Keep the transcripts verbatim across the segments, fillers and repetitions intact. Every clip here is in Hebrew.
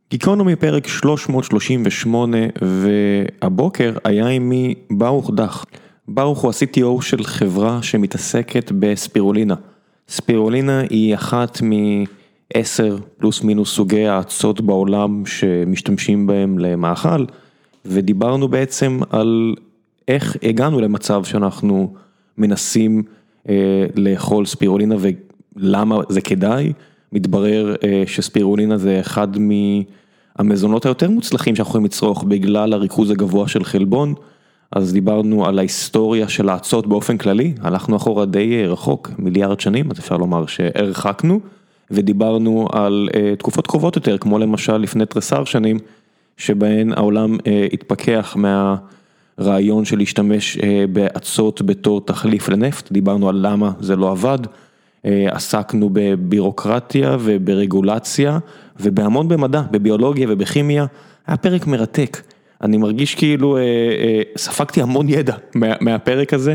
גיקונומי פרק שלוש מאות שלושים ושמונה, והבוקר היה עמי ברוך דח. ברוך הוא ה-סי טי או של חברה שמתעסקת בספירולינה. ספירולינה היא אחת מ-עשר פלוס מינוס סוגי האצות בעולם שמשתמשים בהם למאכל, ודיברנו בעצם על איך הגענו למצב שאנחנו מנסים אה, לאכול ספירולינה ולמה זה כדאי. מתברר אה, שספירולינה זה אחד מהמזונות היותר מוצלחים שאנחנו יכולים לצרוך בגלל הריכוז הגבוה של חלבון. אז דיברנו על ההיסטוריה של האצות באופן כללי, הלכנו אחורה די רחוק, מיליארד שנים, אז אפשר לומר שהרחקנו, ודיברנו על אה, תקופות קרובות יותר, כמו למשל לפני תריסר שנים, שבהן העולם אה, התפכח מהרעיון של להשתמש אה, באצות בתור תחליף לנפט, דיברנו על למה זה לא עבד, עסקנו בבירוקרטיה וברגולציה ובהמון במדע, בביולוגיה ובכימיה, היה פרק מרתק, אני מרגיש כאילו ספקתי המון ידע מהפרק הזה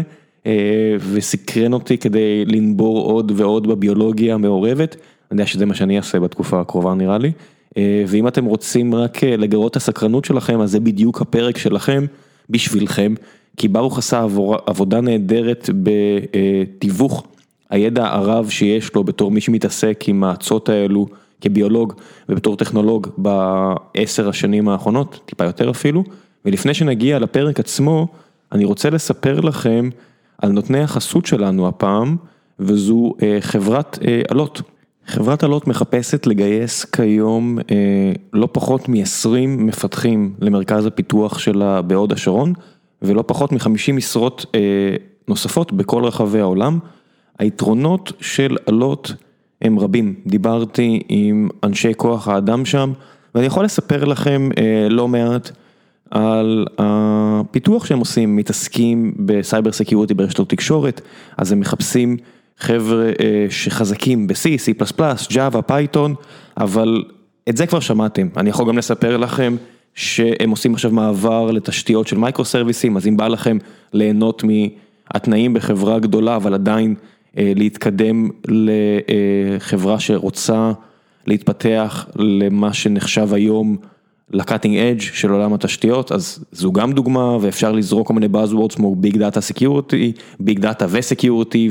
וסקרן אותי כדי לנבור עוד ועוד בביולוגיה מעורבת, אני יודע שזה מה שאני אעשה בתקופה הקרובה נראה לי, ואם אתם רוצים רק לגרות את הסקרנות שלכם, אז זה בדיוק הפרק שלכם בשבילכם, כי ברוך עשה עבודה נהדרת בתיווך, הידע הרב שיש לו בתור מי שמתעסק עם האצות האלו כביולוג ובתור טכנולוג בעשר השנים האחרונות, טיפה יותר אפילו, ולפני שנגיע לפרק עצמו, אני רוצה לספר לכם על נותני החסות שלנו הפעם, וזו חברת עלות. חברת עלות מחפשת לגייס כיום לא פחות מ-עשרים מפתחים למרכז הפיתוח שלה בהוד השרון, ולא פחות מ-חמישים משרות נוספות בכל רחבי העולם. היתרונות של עלות הם רבים, דיברתי עם אנשי כוח האדם שם, ואני יכול לספר לכם אה, לא מעט על הפיתוח שהם עושים, מתעסקים בסייבר סקיוריטי ברשתות תקשורת, אז הם מחפשים חבר'ה אה, שחזקים ב-C, C++, Java, Python, אבל את זה כבר שמעתם, אני יכול גם לספר לכם שהם עושים עכשיו מעבר לתשתיות של מייקרו סרוויסים, אז אם בא לכם ליהנות מהתנאים בחברה גדולה, אבל עדיין להתקדם לחברה שרוצה להתפתח למה שנחשב היום לקאטינג אדג' של עולם התשתיות, אז זו גם דוגמה, ואפשר לזרוק כל מיני buzzwords כמו ביג דאטה סקיוריטי, ביג דאטה וסקיוריטי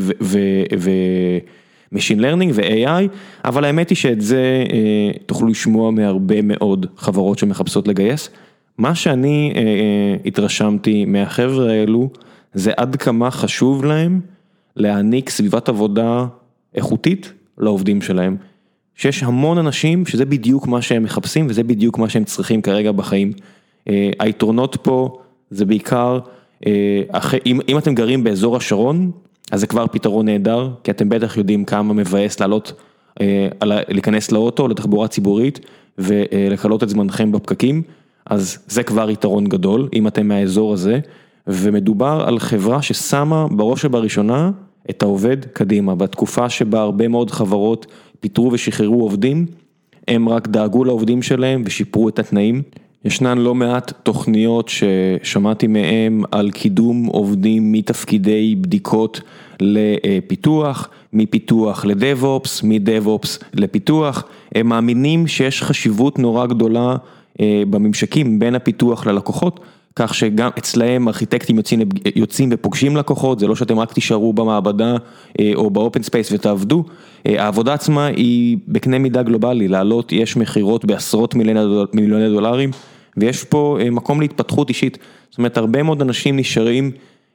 ומשין לרנינג ו-איי איי, אבל האמת היא שאת זה תוכלו לשמוע מהרבה מאוד חברות שמחפשות לגייס. מה שאני התרשמתי מהחבר'ה האלו, זה עד כמה חשוב להם להעניק סביבת עבודה איכותית לעובדים שלהם, שיש המון אנשים שזה בדיוק מה שהם מחפשים, וזה בדיוק מה שהם צריכים כרגע בחיים. היתרונות פה זה בעיקר, אם, אם אתם גרים באזור השרון, אז זה כבר פתרון נהדר, כי אתם בטח יודעים כמה מבאס לעלות, להיכנס לאוטו, לתחבורה ציבורית, ולקלות את זמנכם בפקקים, אז זה כבר יתרון גדול, אם אתם מהאזור הזה, ומדובר על חברה ששמה בראש ובראשונה את העובד קדימה, בתקופה שבה הרבה מאוד חברות פיתרו ושחררו עובדים, הם רק דאגו לעובדים שלהם ושיפרו את התנאים. ישנן לא מעט תוכניות ששמעתי מהם על קידום עובדים מתפקידי בדיקות לפיתוח, מפיתוח לדב-אופס, מדב-אופס לפיתוח, הם מאמינים שיש חשיבות נורא גדולה בממשקים בין הפיתוח ללקוחות, כך שגם אצלהם ארכיטקטים יוצאים, יוצאים ופוגשים לקוחות, זה לא שאתם רק תישארו במעבדה או באופן ספייס ותעבדו, העבודה עצמה היא בקנה מידה גלובלי, לעלות יש מחירות בעשרות מיליוני דולרים, ויש פה מקום להתפתחות אישית, זאת אומרת הרבה מאוד אנשים נשארים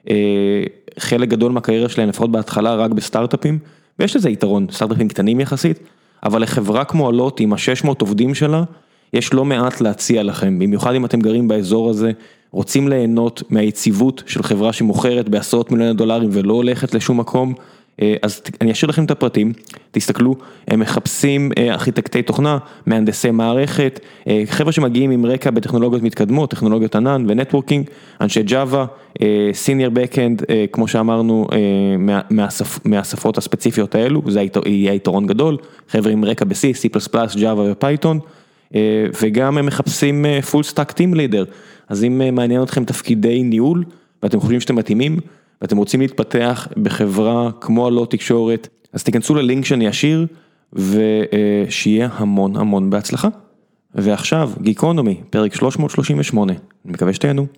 חלק גדול מהקריירה שלהם, לפחות בהתחלה רק בסטארט-אפים, ויש לזה יתרון, סטארט-אפים קטנים יחסית, אבל לחברה כמו עלות עם ה-שש מאות עובדים שלה, יש לא מעט להציע לכם, במיוחד אם אתם גרים באזור הזה, רוצים ליהנות מהיציבות של חברה שמוכרת בעשרות מיליוני דולרים ולא הולכת לשום מקום, אז אני אשאיר לכם את הפרטים, תסתכלו, הם מחפשים ארכיטקטי תוכנה, מהנדסי מערכת, חבר'ה שמגיעים עם רקע בטכנולוגיות מתקדמות, טכנולוגיות ענן ונטוורקינג, אנשי ג'אווה, סיניור בקאנד, כמו שאמרנו, מהשפ, מהשפות הספציפיות האלו, זה יהיה יתרון גדול, חבר'ה עם רקע ב-C, C++, Java ופייתון, וגם הם מחפשים פול סטאק טים לידר, אז אם מעניין אתכם תפקידי ניהול, ואתם חושבים שאתם מתאימים, ואתם רוצים להתפתח בחברה כמו עלות תקשורת, אז תיכנסו ללינק שאני אשאיר, ושיהיה המון המון בהצלחה. ועכשיו, גיקונומי, פרק שלוש מאות שלושים ושמונה. אני מקווה שתהנו.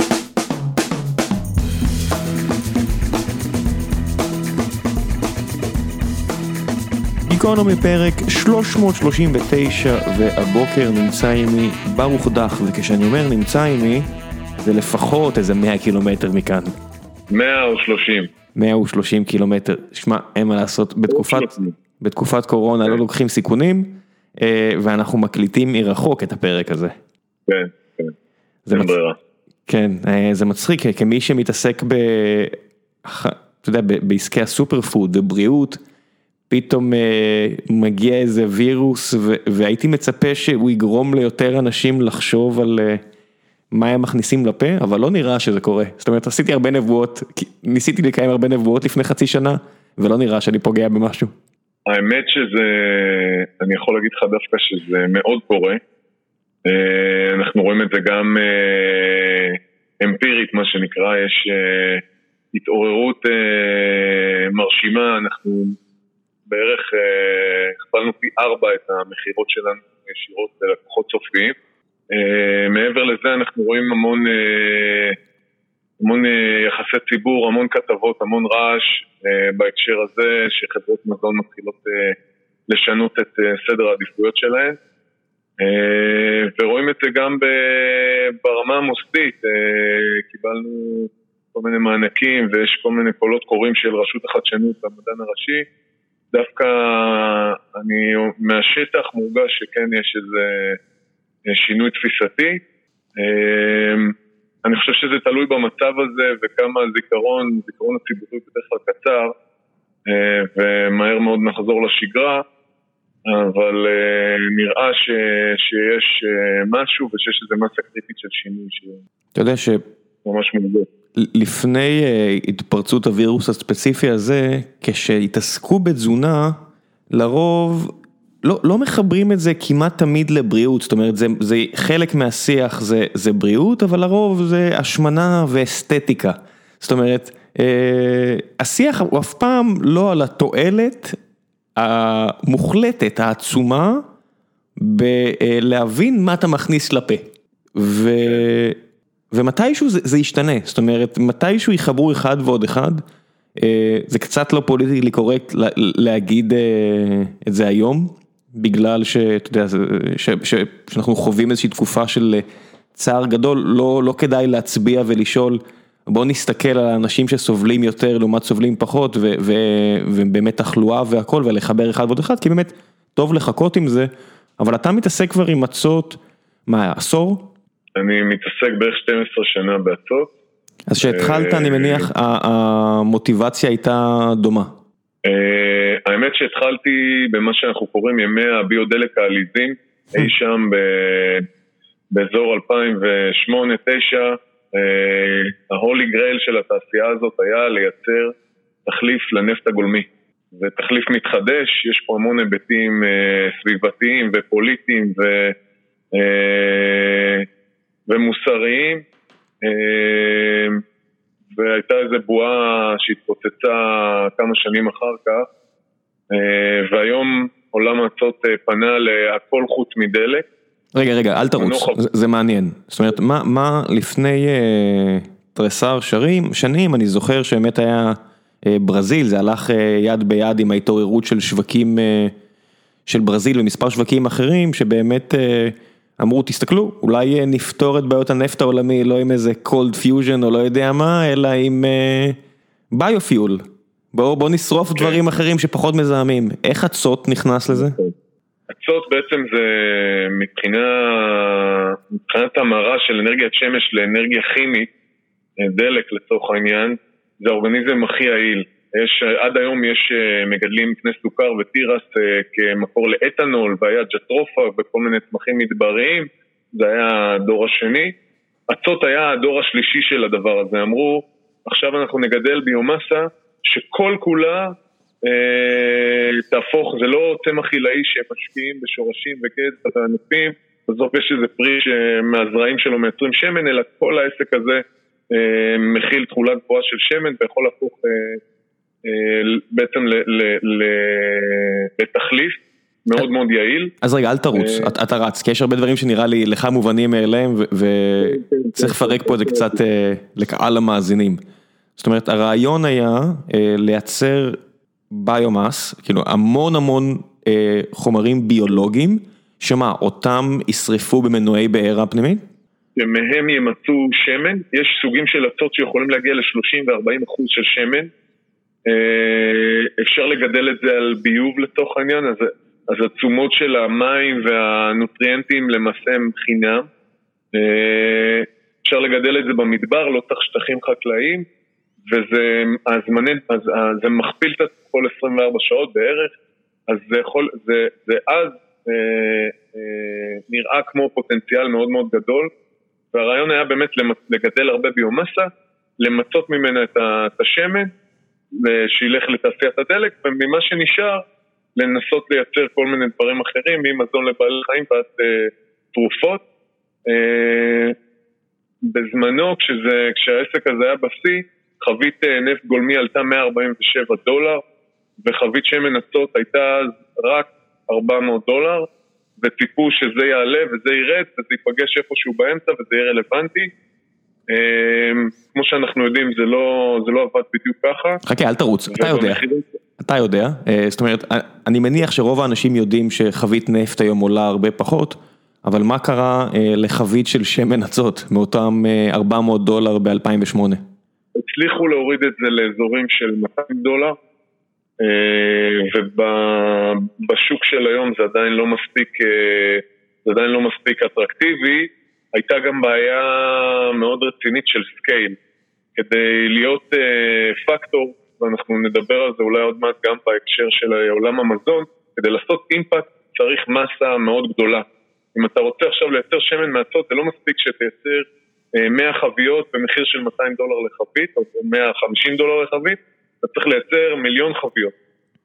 גיקונומי פרק שלוש מאות שלושים ותשע, והבוקר נמצא עימי ברוך דח, וכשאני אומר נמצא עימי, זה לפחות איזה מאה קילומטר מכאן. מאה ושלושים. מאה ושלושים קילומטר. שמע, אין מה לעשות, בתקופת, בתקופת קורונה לא לוקחים סיכונים, ואנחנו מקליטים מרחוק את הפרק הזה. כן, כן. זה מצ... ברירה. כן, זה מצחיק, כמי שמתעסק ב... אתה יודע, בעסקי הסופר פוד ובריאות, פתאום מגיע איזה וירוס, והייתי מצפה שהוא יגרום ליותר אנשים לחשוב על מה הם מכניסים לפה, אבל לא נראה שזה קורה. זאת אומרת, עשיתי הרבה נבואות, ניסיתי לקיים הרבה נבואות לפני חצי שנה, ולא נראה שאני פוגע במשהו. האמת שזה, אני יכול להגיד לך דווקא שזה מאוד קורה. אנחנו רואים את זה גם אמפירית, מה שנקרא, יש התעוררות מרשימה, אנחנו בערך הכפלנו פי ארבע את המחירות שלנו ישירות ללקוחות סופיים. מעבר לזה אנחנו רואים המון, המון יחסי ציבור, המון כתבות, המון רעש בהקשר הזה, שחברות מזון מתחילות לשנות את סדר העדיפויות שלהן. ורואים את זה גם ברמה המוסדית, קיבלנו כל מיני מענקים ויש כל מיני קולות קוראים של רשות החדשנות במדען הראשי. דווקא אני מהשטח מורגש שכן יש איזה שינוי תפיסתי. אני חושב שזה תלוי במצב הזה וכמה הזיכרון, זיכרון הציבורי בדרך כלל קצר, ומהר מאוד נחזור לשגרה, אבל נראה ש, שיש משהו ושיש איזה מסה קריטית של שינוי אתה יודע ש... ממש מוגבל. לפני התפרצות הווירוס הספציפי הזה, כשהתעסקו בתזונה, לרוב לא, לא מחברים את זה כמעט תמיד לבריאות, זאת אומרת, זה, זה חלק מהשיח זה, זה בריאות, אבל לרוב זה השמנה ואסתטיקה. זאת אומרת, אה, השיח הוא אף פעם לא על התועלת המוחלטת, העצומה, בלהבין מה אתה מכניס לפה. ו... ומתישהו זה, זה ישתנה, זאת אומרת, מתישהו יחברו אחד ועוד אחד, זה קצת לא פוליטיקלי קורקט להגיד את זה היום, בגלל שאתה יודע, ש, ש, שאנחנו חווים איזושהי תקופה של צער גדול, לא, לא כדאי להצביע ולשאול, בואו נסתכל על האנשים שסובלים יותר לעומת סובלים פחות, ו, ו, ובאמת תחלואה והכל, ולחבר אחד ועוד אחד, כי באמת טוב לחכות עם זה, אבל אתה מתעסק כבר עם מצות, מה, עשור? אני מתעסק בערך שתים עשרה שנה בעצות. אז שהתחלת, אני מניח, המוטיבציה הייתה דומה. האמת שהתחלתי במה שאנחנו קוראים ימי הביודלק העליזים, אי שם באזור אלפיים ושמונה תשע, ההולי גרייל של התעשייה הזאת היה לייצר תחליף לנפט הגולמי. ותחליף מתחדש, יש פה המון היבטים סביבתיים ופוליטיים ו... ומוסריים, והייתה איזו בועה שהתפוצצה כמה שנים אחר כך, והיום עולם הצות פנה להכל חוץ מדלק. רגע, רגע, אל תרוץ, זה, זה מעניין. זאת אומרת, מה, מה לפני אה, תרסר שרים, שנים, אני זוכר שבאמת היה אה, ברזיל, זה הלך אה, יד ביד עם ההתעוררות של שווקים אה, של ברזיל ומספר שווקים אחרים, שבאמת... אה, אמרו, תסתכלו, אולי נפתור את בעיות הנפט העולמי, לא עם איזה cold fusion או לא יודע מה, אלא עם ביופיול. בואו בוא נשרוף okay. דברים אחרים שפחות מזהמים. איך הצות נכנס לזה? הצות בעצם זה מבחינה, מבחינת המרה של אנרגיית שמש לאנרגיה כימית, דלק לצורך העניין, זה האורגניזם הכי יעיל. יש, עד היום יש מגדלים קנה סוכר וטירס כמקור לאתנול, והיה ג'טרופה וכל מיני צמחים מדבריים, זה היה הדור השני. הצות היה הדור השלישי של הדבר הזה, אמרו, עכשיו אנחנו נגדל ביומסה שכל כולה אה, תהפוך, זה לא צמח עילאי שמשקיעים בשורשים וגז בתענפים, בסוף יש איזה פרי שמהזרעים שלו מייצרים שמן, אלא כל העסק הזה אה, מכיל תכולה גבוהה של שמן, ויכול להפוך... אה, בעצם לתחליף, מאוד מאוד יעיל. אז רגע, אל תרוץ, אתה רץ, כי יש הרבה דברים שנראה לי לך מובנים מאליהם, וצריך לפרק פה את זה קצת לקהל המאזינים. זאת אומרת, הרעיון היה לייצר ביומאס, כאילו המון המון חומרים ביולוגיים, שמה, אותם ישרפו במנועי בעירה פנימית? שמהם ימצאו שמן, יש סוגים של עצות שיכולים להגיע ל-שלושים ו-ארבעים אחוז של שמן, אפשר לגדל את זה על ביוב לתוך העניין, אז, אז התשומות של המים והנוטריאנטים למעשה הם חינם, אפשר לגדל את זה במדבר, לא תח שטחים חקלאיים, וזה הזמני, אז, אז זה מכפיל את כל עשרים וארבע שעות בערך, אז זה יכול, זה, זה אז אה, אה, נראה כמו פוטנציאל מאוד מאוד גדול, והרעיון היה באמת לגדל הרבה ביומסה, למצות ממנה את השמן, שילך לתעשיית הדלק, וממה שנשאר, לנסות לייצר כל מיני דברים אחרים, ממזון לבעלי חיים ועד אה, תרופות. אה, בזמנו, כשזה, כשהעסק הזה היה בשיא, חבית אה, נפט גולמי עלתה מאה ארבעים ושבעה דולר, וחבית שמן עצות הייתה אז רק ארבע מאות דולר, וציפו שזה יעלה וזה ירד, וזה ייפגש איפשהו באמצע וזה יהיה רלוונטי. כמו שאנחנו יודעים, זה לא, זה לא עבד בדיוק ככה. חכה, אל תרוץ, אתה יודע, אתה יודע, זאת אומרת, אני מניח שרוב האנשים יודעים שחבית נפט היום עולה הרבה פחות, אבל מה קרה לחבית של שמן עצות, מאותם ארבע מאות דולר ב-אלפיים ושמונה? הצליחו להוריד את זה לאזורים של מאתיים דולר, ובשוק של היום זה עדיין לא מספיק, זה עדיין לא מספיק אטרקטיבי. הייתה גם בעיה מאוד רצינית של סקייל, כדי להיות פקטור, ואנחנו נדבר על זה אולי עוד מעט גם בהקשר של עולם המזון, כדי לעשות אימפקט צריך מסה מאוד גדולה. אם אתה רוצה עכשיו לייצר שמן מעצות, זה לא מספיק שתייצר מאה חביות במחיר של מאתיים דולר לחבית, או מאה וחמישים דולר לחבית, אתה צריך לייצר מיליון חביות.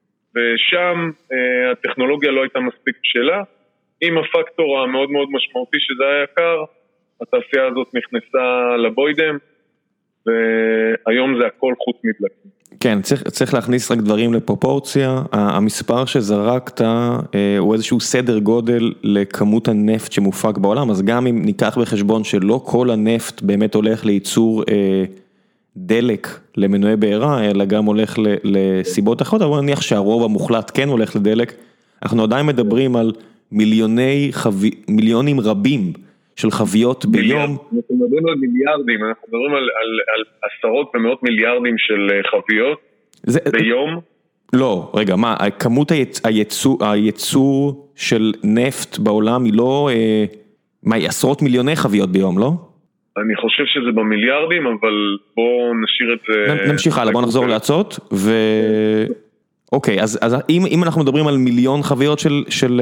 ושם אה, הטכנולוגיה לא הייתה מספיק בשלה. עם הפקטור המאוד מאוד משמעותי שזה היה יקר, התעשייה הזאת נכנסה לבוידם, והיום זה הכל חוץ מדלקים. כן, צריך, צריך להכניס רק דברים לפרופורציה. המספר שזרקת אה, הוא איזשהו סדר גודל לכמות הנפט שמופק בעולם, אז גם אם ניקח בחשבון שלא כל הנפט באמת הולך לייצור אה, דלק למנועי בעירה, אלא גם הולך לסיבות אחרות, אבל נניח שהרוב המוחלט כן הולך לדלק, אנחנו עדיין מדברים על מיליוני חבי, מיליונים רבים של חביות ביום. אנחנו מדברים על מיליארדים, אנחנו מדברים על, על, על עשרות ומאות מיליארדים של חביות זה, ביום. לא, רגע, מה, כמות היצ, היצור, היצור של נפט בעולם היא לא, אה, מה, היא עשרות מיליוני חביות ביום, לא? אני חושב שזה במיליארדים, אבל בואו נשאיר את זה... נמשיך הלאה, בואו נחזור לעצות, ו... אוקיי, אז, אז אם, אם אנחנו מדברים על מיליון חביות של, של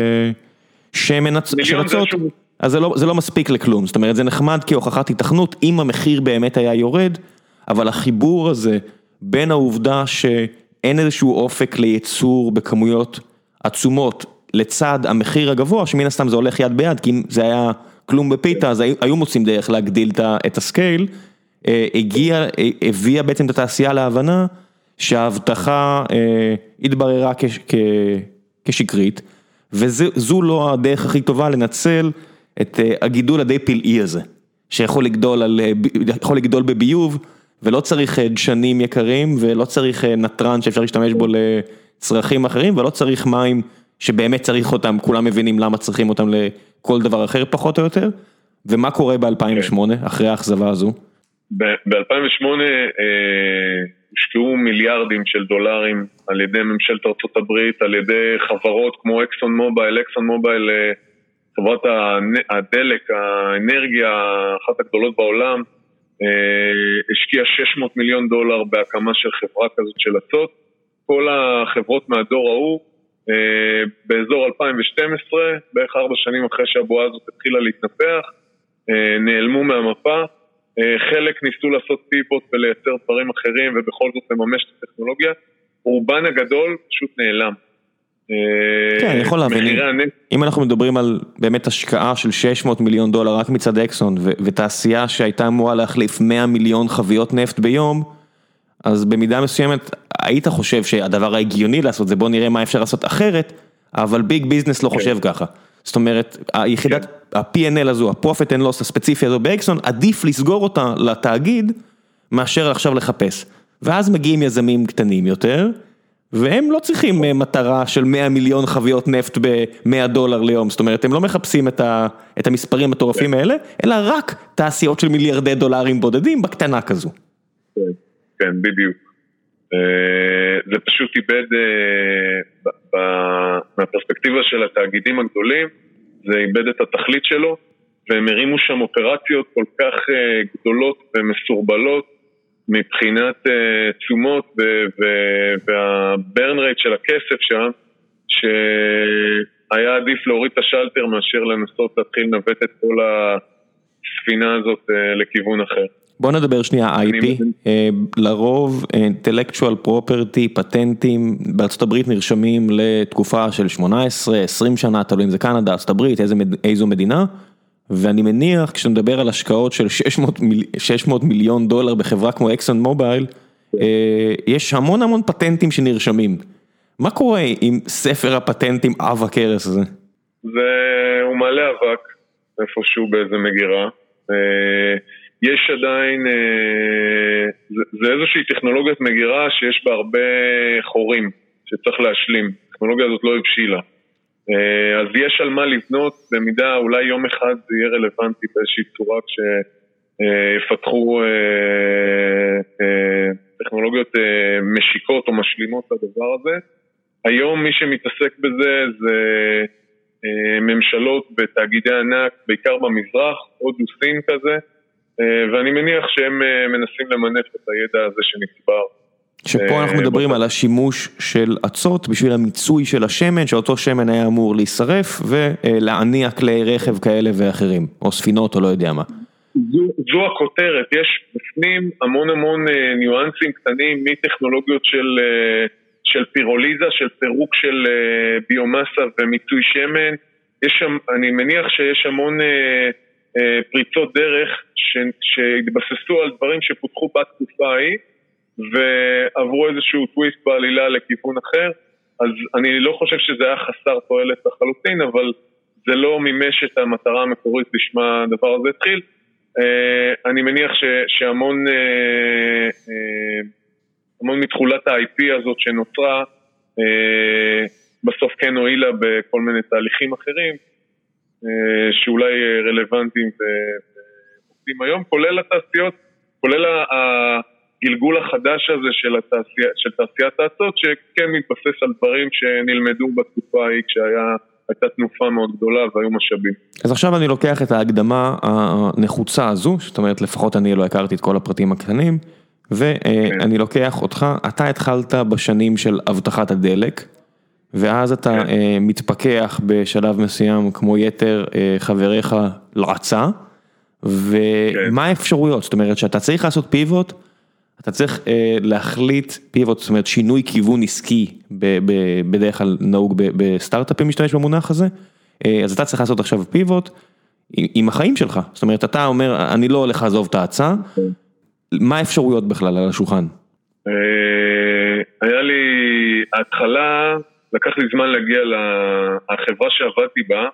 שמן של עצות, אז זה לא, זה לא מספיק לכלום, זאת אומרת, זה נחמד כהוכחת התכנות, אם המחיר באמת היה יורד, אבל החיבור הזה בין העובדה שאין איזשהו אופק לייצור בכמויות עצומות, לצד המחיר הגבוה, שמן הסתם זה הולך יד ביד, כי אם זה היה כלום בפיתה, אז היו מוצאים דרך להגדיל את הסקייל, הגיע, הביאה בעצם את התעשייה להבנה, שההבטחה התבררה כשקרית, וזו לא הדרך הכי טובה לנצל את הגידול הדי פלאי הזה, שיכול לגדול, על, יכול לגדול בביוב, ולא צריך דשנים יקרים, ולא צריך נטרן שאפשר להשתמש בו לצרכים אחרים, ולא צריך מים שבאמת צריך אותם, כולם מבינים למה צריכים אותם לכל דבר אחר פחות או יותר, ומה קורה ב-אלפיים ושמונה, אחרי האכזבה הזו? ב-אלפיים ושמונה הושקעו מיליארדים של דולרים על ידי ממשלת ארצות הברית, על ידי חברות כמו אקסון מובייל, אקסון מובייל, חברת הדלק, האנרגיה, אחת הגדולות בעולם, השקיעה שש מאות מיליון דולר בהקמה של חברה כזאת של עצות. כל החברות מהדור ההוא, באזור אלפיים ושתים עשרה, בערך ארבע שנים אחרי שהבועה הזאת התחילה להתנפח, נעלמו מהמפה. חלק ניסו לעשות פיבוט ולייצר דברים אחרים ובכל זאת לממש את הטכנולוגיה, רובן הגדול פשוט נעלם. כן, אני יכול להבין, אם אנחנו מדברים על באמת השקעה של שש מאות מיליון דולר רק מצד אקסון, ותעשייה שהייתה אמורה להחליף מאה מיליון חביות נפט ביום, אז במידה מסוימת היית חושב שהדבר ההגיוני לעשות זה, בוא נראה מה אפשר לעשות אחרת, אבל ביג ביזנס לא חושב ככה. זאת אומרת, היחידת, ה-פי אן אל הזו, ה-Profit and Loss הספציפי הזו באקסון, עדיף לסגור אותה לתאגיד, מאשר עכשיו לחפש. ואז מגיעים יזמים קטנים יותר, והם לא צריכים מטרה של מאה מיליון חביות נפט ב-מאה דולר ליום, זאת אומרת, הם לא מחפשים את, ה, את המספרים המטורפים האלה, אלא רק תעשיות של מיליארדי דולרים בודדים בקטנה כזו. כן, כן, בדיוק. זה פשוט איבד, מהפרספקטיבה של התאגידים הגדולים, זה איבד את התכלית שלו, והם הרימו שם אופרציות כל כך גדולות ומסורבלות, מבחינת תשומות והברן רייט של הכסף שם, שהיה עדיף להוריד את השלטר מאשר לנסות להתחיל לנווט את כל הספינה הזאת לכיוון אחר. בוא נדבר שנייה איי פי, לרוב intellectual property, פטנטים, בארצות הברית נרשמים לתקופה של שמונה עשרה עשרים שנה, תלוי אם זה קנדה, ארצות הברית, איזו מדינה, ואני מניח, כשאתה מדבר על השקעות של שש מאות מיליון דולר בחברה כמו אקסון מובייל, יש המון המון פטנטים שנרשמים. מה קורה עם ספר הפטנטים עב הכרס הזה? זה, הוא מעלה אבק, איפשהו באיזה מגירה. יש עדיין, זה, זה איזושהי טכנולוגיית מגירה שיש בה הרבה חורים שצריך להשלים. הטכנולוגיה הזאת לא הבשילה. אז יש על מה לבנות, במידה אולי יום אחד זה יהיה רלוונטי באיזושהי צורה כשיפתחו טכנולוגיות משיקות או משלימות לדבר הזה. היום מי שמתעסק בזה זה ממשלות בתאגידי ענק, בעיקר במזרח, עוד סין כזה, ואני מניח שהם מנסים למנף את הידע הזה שנצבר. שפה אנחנו מדברים על השימוש של עצות בשביל המיצוי של השמן, שאותו שמן היה אמור להישרף ולהניע כלי רכב כאלה ואחרים, או ספינות או לא יודע מה. זו, זו הכותרת, יש בפנים המון המון ניואנסים קטנים מטכנולוגיות של, של פירוליזה, של פירוק של ביומסה ומיצוי שמן. יש שם, אני מניח שיש המון פריצות דרך ש, שהתבססו על דברים שפותחו בתקופה ההיא, ועברו איזשהו טוויסט בעלילה לכיוון אחר, אז אני לא חושב שזה היה חסר תועלת לחלוטין, אבל זה לא מימש את המטרה המקורית לשמה הדבר הזה התחיל. אני מניח ש, שהמון המון מתחולת ה-איי פי הזאת שנוצרה, בסוף כן הועילה בכל מיני תהליכים אחרים, שאולי רלוונטיים ועובדים היום, כולל התעשיות, כולל ה... גלגול החדש הזה של, התעשייה, של תעשיית העצות, שכן מתבסס על דברים שנלמדו בתקופה ההיא, כשהייתה תנופה מאוד גדולה והיו משאבים. אז עכשיו אני לוקח את ההקדמה הנחוצה הזו, זאת אומרת, לפחות אני לא הכרתי את כל הפרטים הקטנים, ואני לוקח אותך, אתה התחלת בשנים של הבטחת הדלק, ואז אתה מתפקח בשלב מסוים, כמו יתר חבריך לעצה, ומה האפשרויות? זאת אומרת, שאתה צריך לעשות פיבוט, אתה צריך אה, להחליט פיבוט, זאת אומרת שינוי כיוון עסקי, ב- ב- בדרך כלל נהוג ב- בסטארט-אפים משתמש במונח הזה, אה, אז אתה צריך לעשות עכשיו פיבוט עם, עם החיים שלך, זאת אומרת אתה אומר אני לא הולך לעזוב את ההצעה, מה האפשרויות בכלל על השולחן? אה, היה לי, ההתחלה לקח לי זמן להגיע לחברה שעבדתי בה,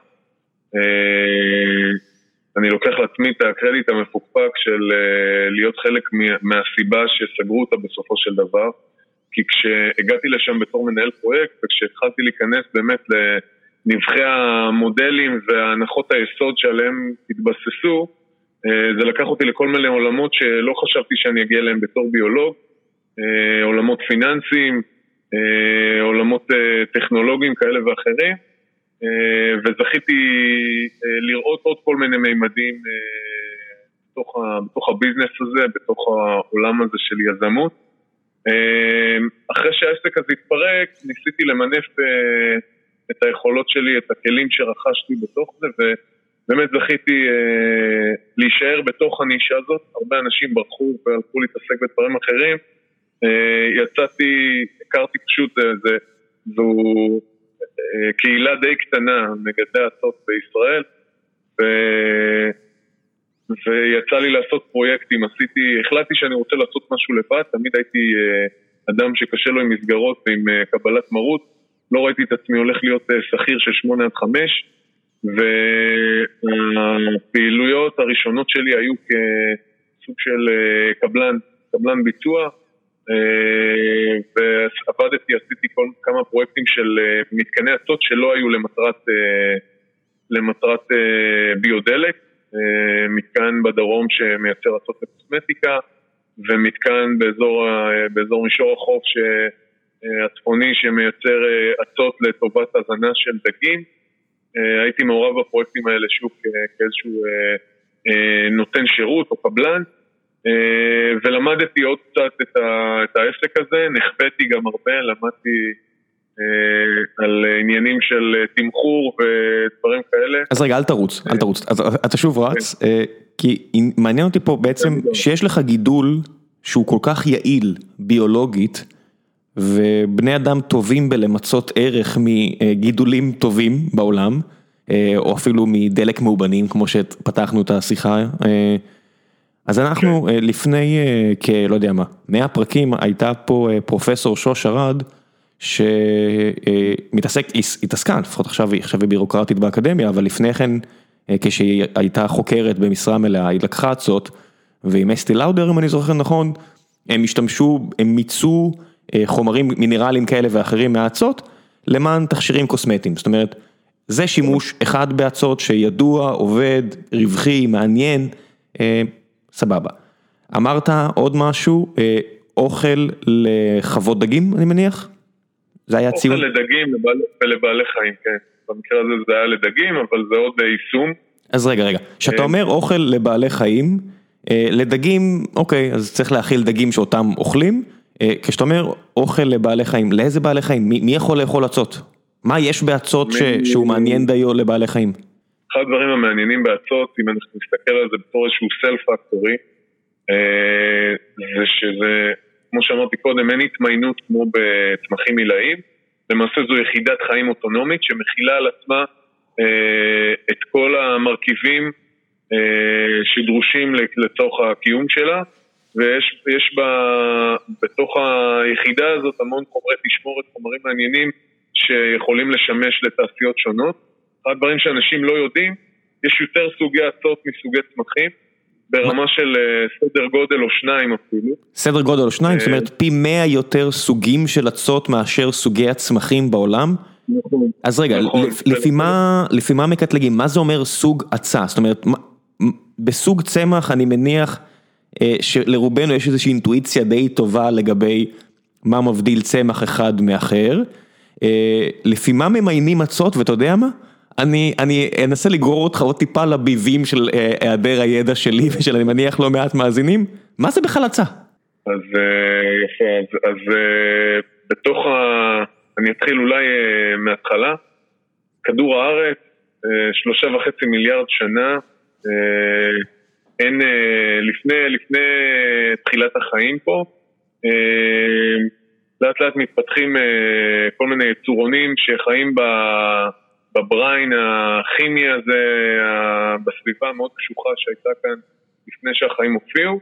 אה, אני לוקח לעצמי את הקרדיט המפוקפק של להיות חלק מהסיבה שסגרו אותה בסופו של דבר, כי כשהגעתי לשם בתור מנהל פרויקט, וכשהתחלתי להיכנס באמת לנבחי המודלים והנחות היסוד שעליהם התבססו, זה לקח אותי לכל מיני עולמות שלא חשבתי שאני אגיע אליהם בתור ביולוג, עולמות פיננסיים, עולמות טכנולוגיים כאלה ואחרים, וזכיתי לראות עוד כל מיני מימדים בתוך, בתוך הביזנס הזה, בתוך העולם הזה של יזמות. אחרי שהעסק הזה התפרק, ניסיתי למנף את היכולות שלי, את הכלים שרכשתי בתוך זה, ובאמת זכיתי להישאר בתוך הנישה הזאת. הרבה אנשים ברחו והלכו להתעסק בדברים אחרים. יצאתי, הכרתי פשוט, זה, זו קהילה די קטנה, מגדלי עצות בישראל, ו... ויצא לי לעשות פרויקטים, עשיתי, החלטתי שאני רוצה לעשות משהו לבד, תמיד הייתי אדם שקשה לו עם מסגרות ועם קבלת מרות, לא ראיתי את עצמי הולך להיות שכיר של שמונה עד חמש, והפעילויות הראשונות שלי היו כסוג של קבלן, קבלן ביצוע, ועבדתי, עשיתי כל כמה פרויקטים של מתקני עצות שלא היו למטרת, למטרת ביודלק, מתקן בדרום שמייצר עצות לקוסמטיקה, ומתקן באזור, באזור מישור החוף הצפוני שמייצר עצות לטובת הזנה של דגים. הייתי מעורב בפרויקטים האלה שוב כאיזשהו נותן שירות או קבלן, ולמדתי עוד קצת את העסק הזה, נחבאתי גם הרבה, למדתי על עניינים של תמחור ודברים כאלה. אז רגע, אל תרוץ, אל תרוץ, אז אתה שוב רץ, כי מעניין אותי פה בעצם שיש לך גידול שהוא כל כך יעיל ביולוגית, ובני אדם טובים בלמצות ערך מגידולים טובים בעולם, או אפילו מדלק מאובנים, כמו שפתחנו את השיחה. אז אנחנו לפני, כלא יודע מה, מאה פרקים, הייתה פה פרופסור שוש ארד, שמתעסק, התעסקה, לפחות עכשיו היא, עכשיו היא בירוקרטית באקדמיה, אבל לפני כן, כשהיא הייתה חוקרת במשרה מלאה, היא לקחה עצות, ועם אסתי לאודר, אם אני זוכר נכון, הם השתמשו, הם מיצו חומרים מינרליים כאלה ואחרים מהעצות, למען תכשירים קוסמטיים. זאת אומרת, זה שימוש אחד בעצות שידוע, עובד, רווחי, מעניין, אה, סבבה. אמרת עוד משהו, אה, אוכל לחוות דגים, אני מניח? זה היה ציון? אוכל לדגים ולבעלי חיים, כן. במקרה הזה זה היה לדגים, אבל זה עוד יישום. אז רגע, רגע. שאתה אומר אוכל לבעלי חיים, אה, לדגים, אוקיי, אז צריך להכיל דגים שאותם אוכלים, כשאתה אומר אוכל לבעלי חיים, לאיזה בעלי חיים? מי, מי יכול לאכול עצות? מה יש בעצות ש, שהוא מעניין דיו לבעלי חיים? אחד הדברים המעניינים בעצות, אם אנחנו נסתכל על זה בתור איזשהו סלף-פקטורי, זה שזה, כמו שאמרתי קודם, אין התמיינות כמו בצמחים מילאיים, למעשה זו יחידת חיים אוטונומית שמכילה על עצמה את כל המרכיבים שדרושים לצורך הקיום שלה, ויש יש בה, בתוך היחידה הזאת המון חומרי תשמורת, חומרים מעניינים שיכולים לשמש לתעשיות שונות. אחד הדברים שאנשים לא יודעים, יש יותר סוגי עצות מסוגי צמחים, ברמה של סדר גודל או שניים אפילו. סדר גודל או שניים? זאת אומרת פי מאה יותר סוגים של עצות מאשר סוגי הצמחים בעולם? נכון. אז רגע, לפי מה, לפי מה מקטלגים? מה זה אומר סוג עצה? זאת אומרת, בסוג צמח אני מניח שלרובנו יש איזושהי אינטואיציה די טובה לגבי מה מבדיל צמח אחד מאחר. לפי מה ממיינים עצות, ואתה יודע מה? אני, אני אנסה לגרור אותך עוד טיפה לביבים של היעדר הידע שלי ושל אני מניח לא מעט מאזינים. מה זה בכלל עצה? אז יפה, אז, אז בתוך ה... אני אתחיל אולי מההתחלה. כדור הארץ, שלושה וחצי מיליארד שנה, אין, לפני, לפני תחילת החיים פה, לאט לאט מתפתחים כל מיני יצורונים שחיים בבריין הכימי הזה, בסביבה מאוד קשוחה שהייתה כאן לפני שהחיים הופיעו,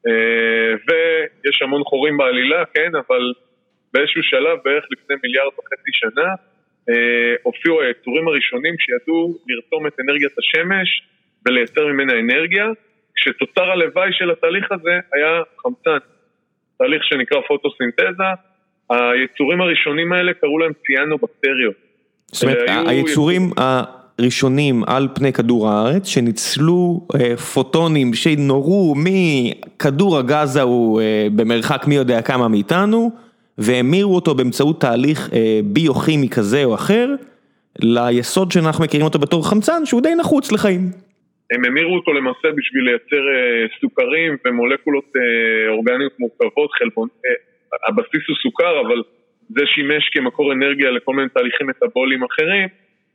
ויש המון חורים בעלילה, כן, אבל באיזשהו שלב, בערך לפני מיליארד וחצי שנה, הופיעו היצורים הראשונים שידעו לרתום את אנרגיית השמש ולייצר ממנה אנרגיה, כשתוצר הלוואי של התהליך הזה היה חמצן, תהליך שנקרא פוטוסינתזה. היצורים הראשונים האלה קראו להם ציאנובקטריות. זאת אומרת, היצורים הראשונים על פני כדור הארץ, שניצלו פוטונים שנורו מכדור הגז ההוא במרחק מי יודע כמה מאיתנו, והמירו אותו באמצעות תהליך ביוכימי כזה או אחר, ליסוד שאנחנו מכירים אותו בתור חמצן, שהוא די נחוץ לחיים. הם המירו אותו למעשה בשביל לייצר סוכרים ומולקולות אורגניות מורכבות, חלבון, הבסיס הוא סוכר, אבל זה שימש כמקור אנרגיה לכל מיני תהליכים מטאבוליים אחרים.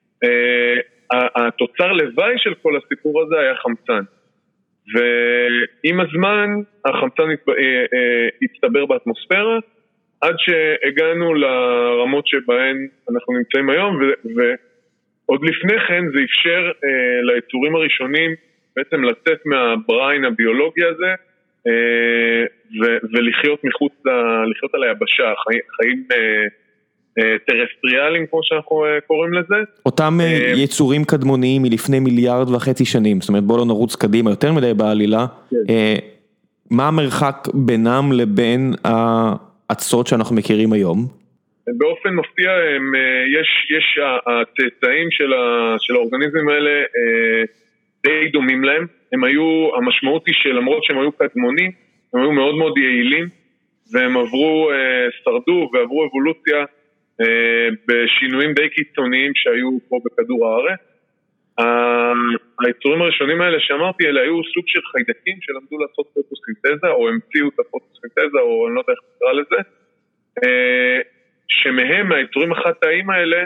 התוצר לוואי של כל הסיפור הזה היה חמצן. ועם הזמן החמצן הצטבר באטמוספירה, עד שהגענו לרמות שבהן אנחנו נמצאים היום, ועוד לפני כן זה אפשר ליצורים הראשונים בעצם לצאת מהבריין הביולוגי הזה, ולחיות מחוץ, לחיות על היבשה, חיים טרסטריאליים, כמו שאנחנו קוראים לזה. אותם יצורים קדמוניים מלפני מיליארד וחצי שנים, זאת אומרת בוא לא נרוץ קדימה יותר מדי בעלילה, מה המרחק בינם לבין האצות שאנחנו מכירים היום? באופן מפתיע, יש, יש הצאצאים של, ה, של האורגניזמים האלה די דומים להם. הם היו, המשמעות היא שלמרות שהם היו קדמונים, הם היו מאוד מאוד יעילים, והם עברו, שרדו ועברו אבולוציה בשינויים די קיצוניים שהיו פה בכדור הארץ. היצורים הראשונים האלה שאמרתי, אלה היו סוג של חיידקים שלמדו לעשות פוטוסינתזה, או המציאו את הפוטוסינתזה, או אני לא יודע איך נקרא לזה, שמהם, היצורים החטאים האלה,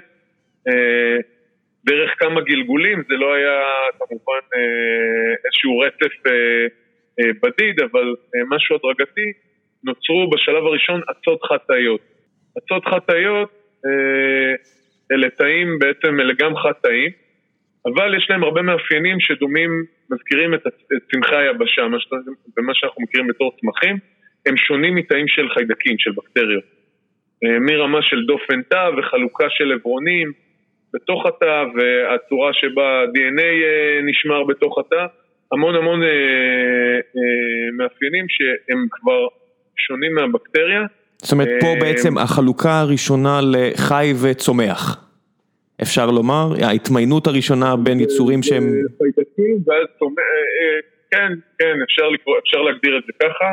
דרך כמה גלגולים, זה לא היה כמובן איזשהו רצף בדיד, אבל משהו הדרגתי, נוצרו בשלב הראשון עצות חטאיות. עצות חטאיות, אלה תאים בעצם, אלה גם חטאים, אבל יש להם הרבה מאפיינים שדומים, מזכירים את צמחי היבשה, ומה שאנחנו מכירים בתור צמחים, הם שונים מתאים של חיידקים, של בקטריות. מרמה של דופן תא וחלוקה של עברונים בתוך התא, והצורה שבה די אן איי נשמר בתוך התא, המון המון מאפיינים שהם כבר שונים מהבקטריה. זאת אומרת, פה בעצם החלוקה הראשונה לחי וצומח. אפשר לומר, ההתמיינות הראשונה בין יצורים שהם... חיידקים ואז צומח, כן, כן, אפשר לקרוא, אפשר להגדיר את זה ככה.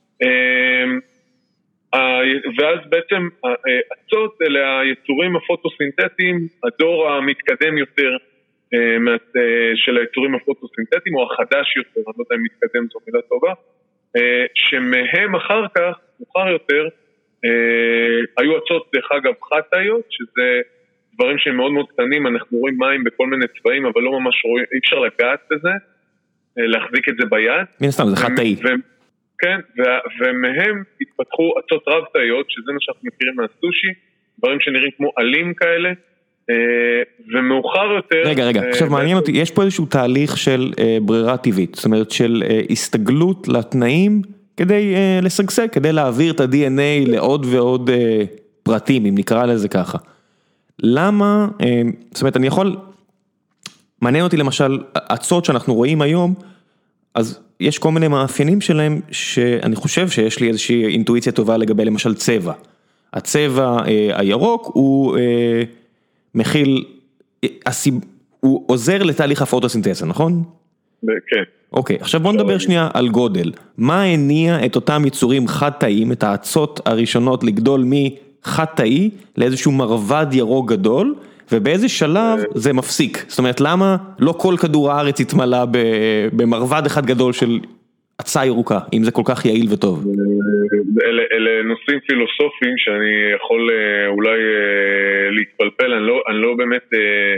ואז בעצם הצות אלה היצורים הפוטוסינתטיים, הדור המתקדם יותר של היצורים הפוטוסינתטיים, או החדש יותר, אני לא יודע אם מתקדם זו מילה טובה, שמהם אחר כך, מאוחר יותר, היו הצות דרך אגב חטאיות, שזה דברים שהם מאוד מאוד קטנים, אנחנו רואים מים בכל מיני צבעים, אבל לא ממש רואים, אי אפשר לגעת בזה, להחזיק את זה ביד. מן הסתם, זה חטאי. כן, ומהם התפתחו עצות רב-תאיות, שזה מה שאנחנו מכירים מהסושי, דברים שנראים כמו עלים כאלה, ומאוחר יותר... רגע, רגע, עכשיו מעניין אותי, יש פה איזשהו תהליך של ברירה טבעית, זאת אומרת של הסתגלות לתנאים, כדי לסגסג, כדי להעביר את ה-די אן איי לעוד ועוד פרטים, אם נקרא לזה ככה. למה, זאת אומרת, אני יכול, מעניין אותי למשל, עצות שאנחנו רואים היום, אז יש כל מיני מאפיינים שלהם, שאני חושב שיש לי איזושהי אינטואיציה טובה לגבי למשל צבע. הצבע הירוק הוא מכיל, הוא עוזר לתהליך הפוטוסינתזה, נכון? כן. אוקיי, עכשיו בוא נדבר שנייה על גודל. מה הניע את אותם יצורים חד-תאיים, את העצות הראשונות לגדול מחד-תאי לאיזשהו מרבד ירוק גדול, ובאיזה שלב זה מפסיק? זאת אומרת, למה לא כל כדור הארץ התמלא במרבד אחד גדול של עצה ירוקה, אם זה כל כך יעיל וטוב? אלה, אלה נושאים פילוסופיים שאני יכול אולי להתפלפל, אני לא, אני לא באמת...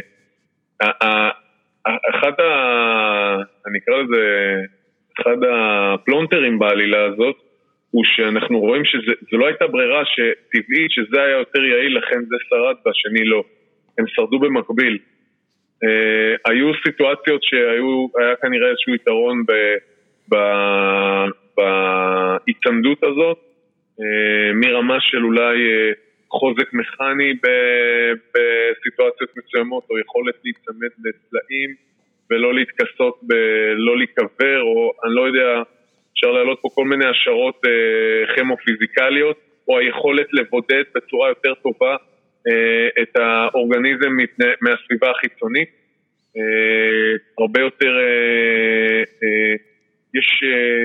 אחד ה... אני אקרא לזה, אחד הפלונטרים בעלילה הזאת, הוא שאנחנו רואים שזה לא הייתה ברירה שטבעית, שזה היה יותר יעיל, לכן זה שרד והשני לא. הם שרדו במקביל. היו סיטואציות שהיו, היה כנראה איזשהו יתרון בהתעמדות הזאת, מרמה של אולי חוזק מכני בסיטואציות מסוימות, או יכולת להצמד לצלעים, ולא להתכסות, לא להיקבר, או אני לא יודע, אפשר להעלות פה כל מיני השערות כימו-פיזיקליות, או היכולת לבודד בצורה יותר טובה את האורגניזם מהסביבה החיצונית. הרבה יותר, יש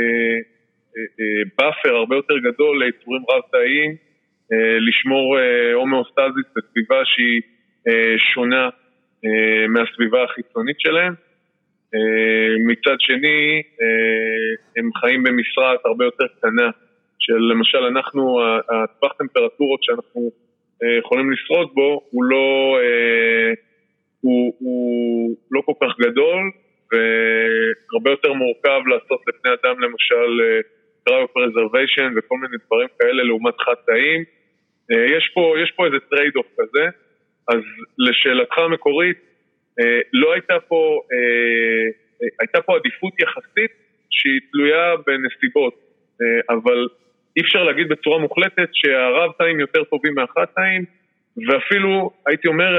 באפר הרבה יותר גדול ליצורים רב-תאיים, לשמור הומאוסטזיס בסביבה שהיא שונה מהסביבה החיצונית שלהם. מצד שני, הם חיים במשרת הרבה יותר קטנה, של למשל אנחנו, הטווח טמפרטורות שאנחנו יכולים לשרוד בו, הוא לא, הוא, הוא לא כל כך גדול, והרבה יותר מורכב לעשות לפני אדם למשל קריופרזרוויישן וכל מיני דברים כאלה לעומת חד-תאים. יש פה, יש פה איזה טרייד-אוף כזה, אז לשאלתך המקורית, לא הייתה פה, הייתה פה עדיפות יחסית שהיא תלויה בנסיבות, אבל אי אפשר להגיד בצורה מוחלטת שהרב-תאים יותר טובים מהחד-תאים, ואפילו הייתי אומר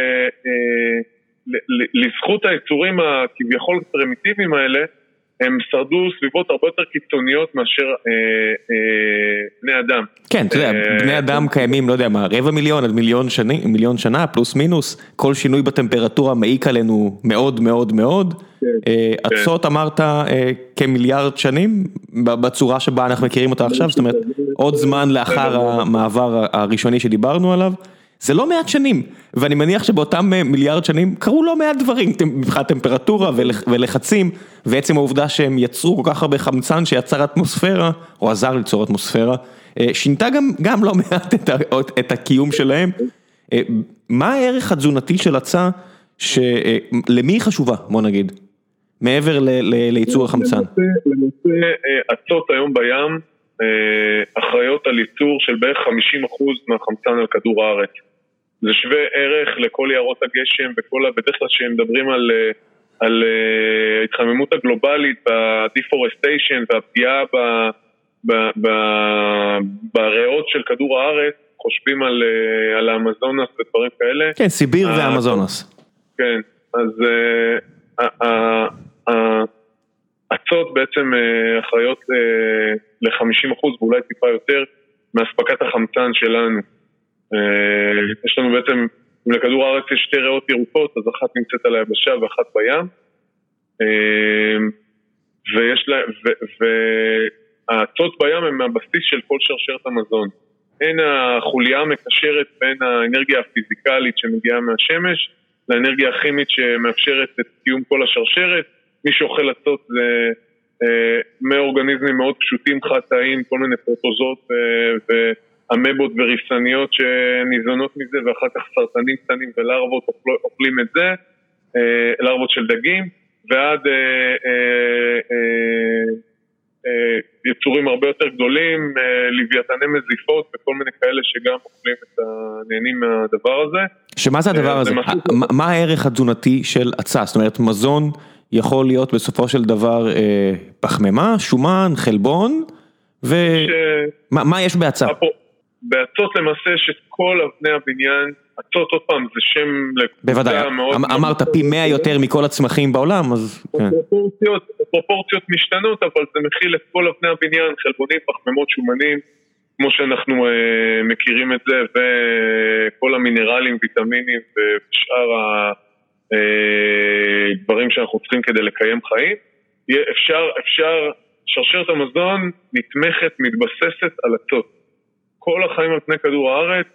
לזכות היצורים הכביכול פרימיטיביים האלה, הם שרדו סביבות הרבה יותר קיצוניות מאשר בני אדם. כן, אתה יודע, בני אדם קיימים, לא יודע מה, רבע מיליון עד מיליון שני, מיליון שנה, פלוס מינוס, כל שינוי בטמפרטורה מעיק עלינו מאוד מאוד מאוד. עצות אמרת כמיליארד שנים, בצורה שבה אנחנו מכירים אותה עכשיו, זאת אומרת, עוד זמן לאחר המעבר הראשוני שדיברנו עליו, זה לא מעט שנים, ואני מניח שבאותם מיליארד שנים קרו לא מעט דברים, מבחינת טמפרטורה ולחצים, ועצם העובדה שהם יצרו כל כך הרבה חמצן שיצר אטמוספירה, או עזר ליצור אטמוספירה, שינתה גם, גם לא מעט את, ה, את הקיום שלהם. מה הערך התזונתי של עצה, שלמי היא חשובה, בוא נגיד, מעבר ל, ל, לייצור החמצן? למעשה, עצות היום בים, אחראיות על ייצור של בערך חמישים אחוז מהחמצן על כדור הארץ. זה שווה ערך לכל יערות הגשם וכל, בדרך כלל שהם מדברים על, על התחממות הגלובלית, בדיפורסטיישן והפגיעה ב, ב, ב, בריאות של כדור הארץ, חושבים על, על האמזונס ודברים כאלה. כן, סיביר והאמזונס. כן, אז עצות בעצם אחראיות ל-חמישים אחוז ואולי טיפה יותר מהספקת החמצן שלנו. יש לנו בעצם, אם לכדור הארץ יש שתי ריאות ירוקות, אז אחת נמצאת על היבשה ואחת בים. ויש לה, והעצות בים הם הבסיס של כל שרשרת המזון. הן החוליה המקשרת בין האנרגיה הפיזיקלית שמגיעה מהשמש, לאנרגיה הכימית שמאפשרת את קיום כל השרשרת. מי שאוכל עצות זה מאורגניזמים מאוד פשוטים, חד-תאיים, כל מיני פרוטוזות ואמבות וריסניות שניזונות מזה, ואחר כך סרטנים קטנים ולרוות אוכלים את זה, לרוות של דגים, ועד יצורים הרבה יותר גדולים, לוויתני מזיפות וכל מיני כאלה שגם אוכלים את הנהנים מהדבר הזה. שמה זה הדבר הזה? מה הערך התזונתי של עצה? זאת אומרת, מזון יכול להיות בסופו של דבר פחמימה, שומן, חלבון, ומה יש בעצה? בעצות למעשה שכל אבני הבניין, עצות עוד פעם זה שם בוודאי, אמרת פי מאה יותר מכל הצמחים בעולם, אז פרופורציות משתנות, אבל זה מכיל את כל אבני הבניין, חלבונים, פחמימות, שומנים, כמו שאנחנו מכירים את זה, וכל המינרלים, ויטמינים ושאר הדברים שאנחנו צריכים כדי לקיים חיים. אפשר, אפשר, שרשרת המזון נתמכת, מתבססת על עצות. כל החיים על פני כדור הארץ,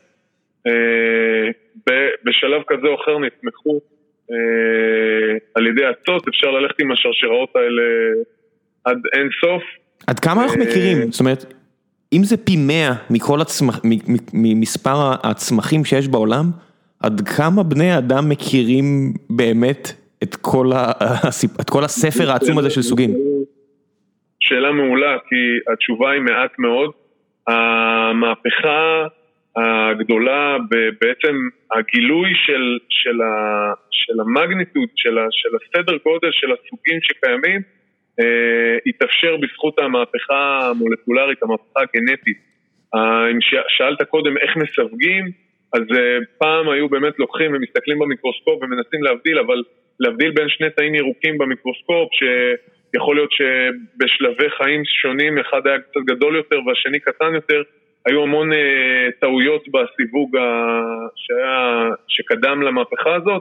בשלב כזה או אחר נתמכו על ידי עצות. אפשר ללכת עם השרשראות האלה עד אין סוף. עד כמה אנחנו מכירים? זאת אומרת, אם זה פי מאה מכל הצמח, ממספר הצמחים שיש בעולם, עד כמה בני אדם מכירים באמת את כל, ה, את כל הספר העצום הזה של סוגים? שאלה מעולה, כי התשובה היא מעט מאוד. המהפכה הגדולה, בעצם הגילוי של, של, ה, של המגניטוד, של, ה, של הסדר גודל של הסוגים שקיימים, התאפשר בזכות המהפכה המולקולרית, המהפכה הגנטית. אם שאלת קודם איך מסווגים, אז פעם היו באמת לוקחים ומסתכלים במיקרוסקופ ומנסים להבדיל, אבל להבדיל בין שני תאים ירוקים במיקרוסקופ, שיכול להיות שבשלבי חיים שונים, אחד היה קצת גדול יותר והשני קטן יותר, היו המון טעויות בסיווג שהיה, שקדם למהפכה הזאת.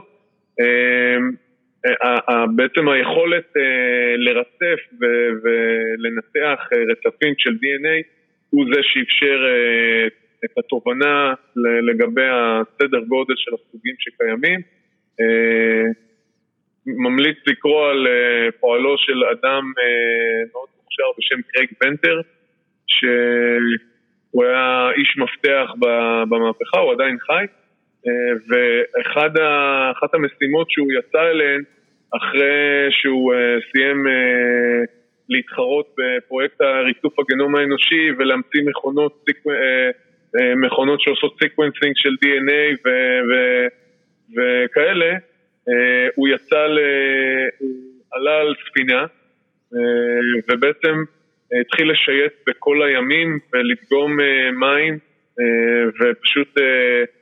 בעצם היכולת לרצף ולנתח רצפים של די אן איי הוא זה שאפשר את התובנה לגבי הסדר גודל של הסוגים שקיימים. ממליץ לקרוא על פועלו של אדם מאוד מוכשר בשם קרייג בנטר, שהוא היה איש מפתח במהפכה, הוא עדיין חי, ואחת המשימות שהוא יצא אליהן, אחרי שהוא סיים להתחרות בפרויקט הריצוף הגנום האנושי ולהמציא מכונות, מכונות שעושות סיקוונסינג של די אן איי וכאלה, הוא יצא, עלה על ספינה ובעצם התחיל לשייט בכל הימים ולדגום מים ופשוט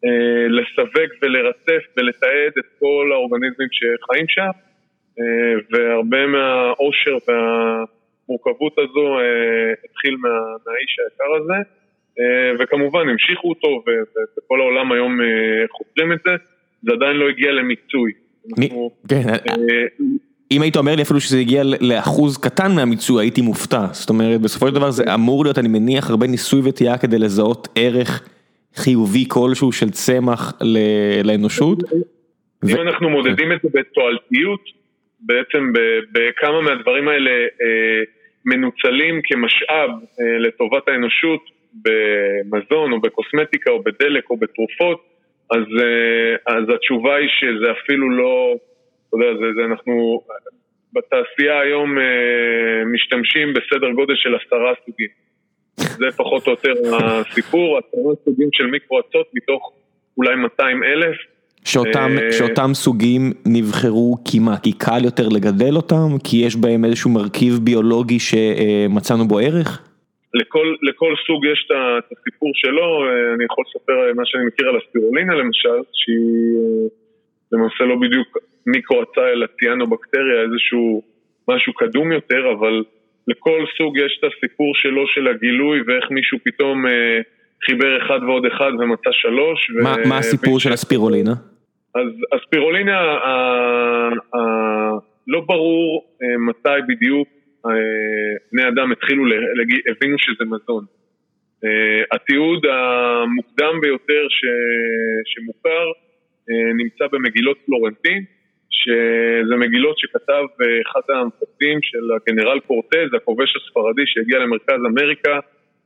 לסווג ולרצף ולתעד את כל האורגניזמים שחיים שם, והרבה מהאושר והמורכבות הזו התחיל מה, מהאיש היקר הזה, וכמובן המשיכו אותו, ובכל העולם היום חוקרים את זה, זה עדיין לא הגיע למיצוי. אנחנו, כן, אם היית אומר לי אפילו שזה הגיע לאחוז קטן מהמיצוי, הייתי מופתע. זאת אומרת, בסופו של דבר זה אמור להיות, אני מניח, הרבה ניסוי וטעייה כדי לזהות ערך חיובי כלשהו של צמח לאנושות. אם אנחנו מודדים את זה בתועלתיות, בעצם בכמה מהדברים האלה מנוצלים כמשאב לטובת האנושות, במזון או בקוסמטיקה או בדלק או בתרופות, אז, אז התשובה היא שזה אפילו לא, אתה יודע, זה, זה אנחנו בתעשייה היום משתמשים בסדר גודל של עשרה סוגים. זה פחות או יותר הסיפור, עשרה סוגים של מיקרואצות מתוך אולי מאתיים אלף. שאותם, שאותם סוגים נבחרו כמעט, כי קל יותר לגדל אותם, כי יש בהם איזשהו מרכיב ביולוגי שמצאנו בו ערך? לכל, לכל סוג יש את הסיפור שלו. אני יכול לספר מה שאני מכיר על הספירולינה למשל, שהיא למעשה לא בדיוק מיקרואצה אלא ציאנובקטריה, איזשהו משהו קדום יותר, אבל לכל סוג יש את הסיפור שלו של הגילוי, ואיך מישהו פתאום אה, חיבר אחד ועוד אחד ומצא שלוש. מה, ו... מה הסיפור של הספירולינה? אז הספירולינה, ה... ה... לא ברור אה, מתי בדיוק אה, בני אדם התחילו, לג... הבינו שזה מזון. אה, התיעוד המוקדם ביותר ש... שמוכר אה, נמצא במגילות פלורנטין, שזה מגילות שכתב אחד המפקדים של הגנרל קורטז, הכובש הספרדי שהגיע למרכז אמריקה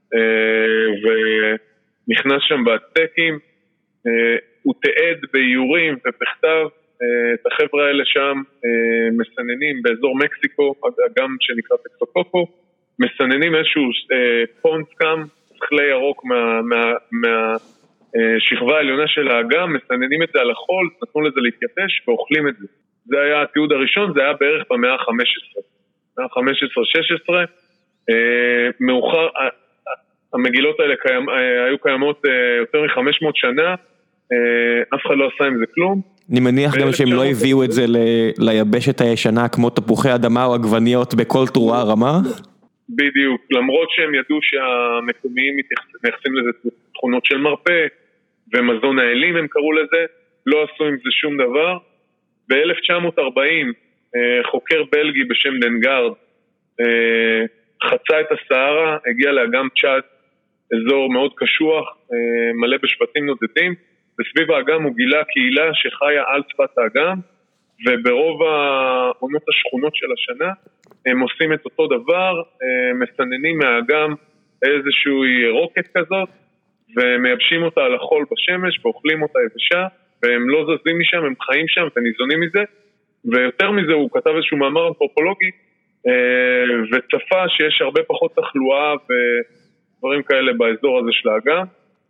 ונכנס שם באצטקים. הוא תיעד באיורים ובכתב את החבר'ה האלה שם מסננים באזור מקסיקו, אגם שנקרא טקסוקוקו, מסננים איזשהו פונדקאם, חלי ירוק מה, מה, מה שכבה העליונה של האגם, מסננים את זה על החול, נתנו לזה להתייבש ואוכלים את זה. זה היה התיעוד הראשון, זה היה בערך במאה ה-חמש עשרה. במאה ה-חמש עשרה שש עשרה, מאוחר, המגילות האלה קיימ, היו קיימות יותר מ-חמש מאות שנה, אף אחד לא עשה עם זה כלום. אני מניח גם שהם לא הביאו את זה ליבשת הישנה, כמו תפוחי אדמה או עגבניות בכל תרועה רמה? בדיוק, למרות שהם ידעו שהמקומיים מייחסים לזה תכונות של מרפא, ומזון האלים הם קראו לזה, לא עשו עם זה שום דבר. ב-אלף תשע מאות ארבעים חוקר בלגי בשם דנגארד חצה את הסהרה, הגיע לאגם צ'אד, אזור מאוד קשוח, מלא בשבטים נודדים, וסביב האגם הוא גילה קהילה שחיה על שפת האגם, וברוב העונות השכונות של השנה הם עושים את אותו דבר, מסננים מהאגם איזשהו רוקט כזאת, ומייבשים אותה על החול בשמש, ואוכלים אותה יבשה, והם לא זזים משם, הם חיים שם וניזונים מזה. ויותר מזה הוא כתב איזשהו מאמר אנתרופולוגי, וצפה שיש הרבה פחות תחלואה ודברים כאלה באזור הזה של האגם.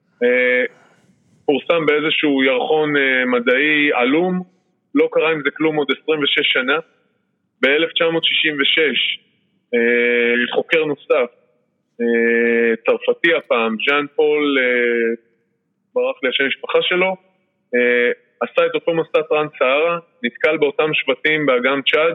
פורסם באיזשהו ירחון מדעי עלום, לא קרה עם זה כלום עוד עשרים ושש שנה. ב-אלף תשע מאות שישים ושש חוקר נוסף, צרפתי הפעם, ז'אן פול, ברח לי השם משפחה שלו, עשה את אותו מסע טרנס סהרה, נתקל באותם שבטים באגם צ'אד,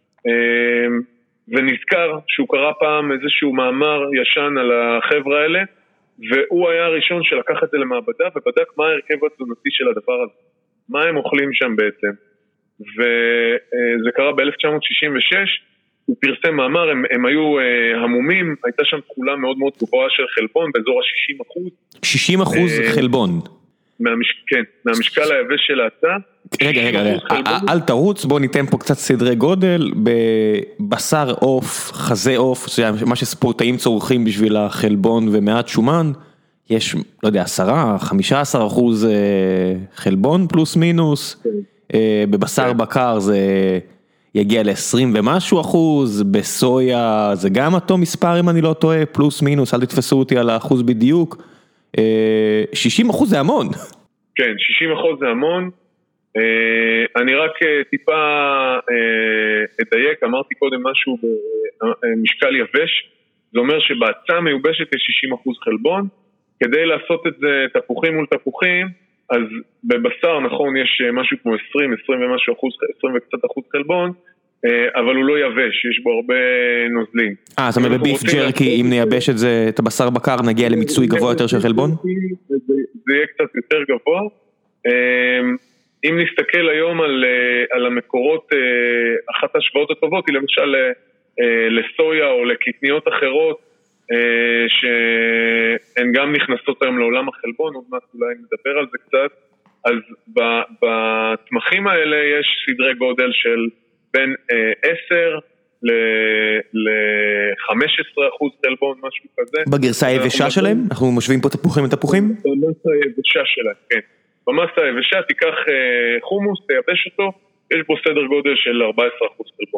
ונזכר שהוא קרא פעם איזשהו מאמר ישן על החבר'ה האלה, והוא היה הראשון שלקח את זה למעבדה ובדק מה ההרכב התזונתי של הדבר הזה, מה הם אוכלים שם בעצם. וזה קרה ב-אלף תשע מאות שישים ושש, הוא פרסם מאמר, הם, הם היו אה, המומים, הייתה שם תכולה מאוד מאוד גבוהה של חלבון, באזור ה-שישים אחוז. שישים אחוז אה, חלבון? מהמש, כן, מהמשקל היבש של ההצעה. רגע, רגע, רגע, אל תרוץ, בוא ניתן פה קצת סדרי גודל, בבשר עוף, חזה עוף, מה שספורטאים צורכים בשביל החלבון ומעט שומן, יש, לא יודע, עשרה, חמישה עשר אחוז חלבון פלוס מינוס, כן. בבשר כן. בקר זה יגיע ל-עשרים ומשהו אחוז, בסויה זה גם אותו מספר אם אני לא טועה, פלוס מינוס, אל תתפסו אותי על האחוז בדיוק, שישים אחוז זה המון. כן, שישים אחוז זה המון. אני רק טיפה אדייק, אמרתי קודם משהו במשקל יבש, זה אומר שבהצעה מיובשת יש שישים אחוז חלבון, כדי לעשות את זה תפוחים מול תפוחים, אז בבשר, נכון, יש משהו כמו עשרים, עשרים ומשהו אחוז, עשרים וקצת אחוז חלבון, אבל הוא לא יבש, יש בו הרבה נוזלים. אה, זאת אומרת, בביף ג'רקי, אם נייבש את זה, את הבשר בקר, נגיע למיצוי גבוה יותר של חלבון? זה יהיה קצת יותר גבוה. אם נסתכל היום על, על המקורות, אחת השוואות הטובות היא למשל לסויה או לקטניות אחרות, שהן גם נכנסות היום לעולם החלבון, עוד מעט אולי נדבר על זה קצת. אז בתמחים האלה יש סדרי גודל של בין עשר ל-חמש עשרה אחוז חלבון, משהו כזה. בגרסה היבשה שלהם? אנחנו משווים פה תפוחים ותפוחים? במסה היבשה שלהם, כן. במסה היבשה תיקח חומוס, תייבש אותו, יש בו סדר גודל של ארבע עשרה אחוז חלבון.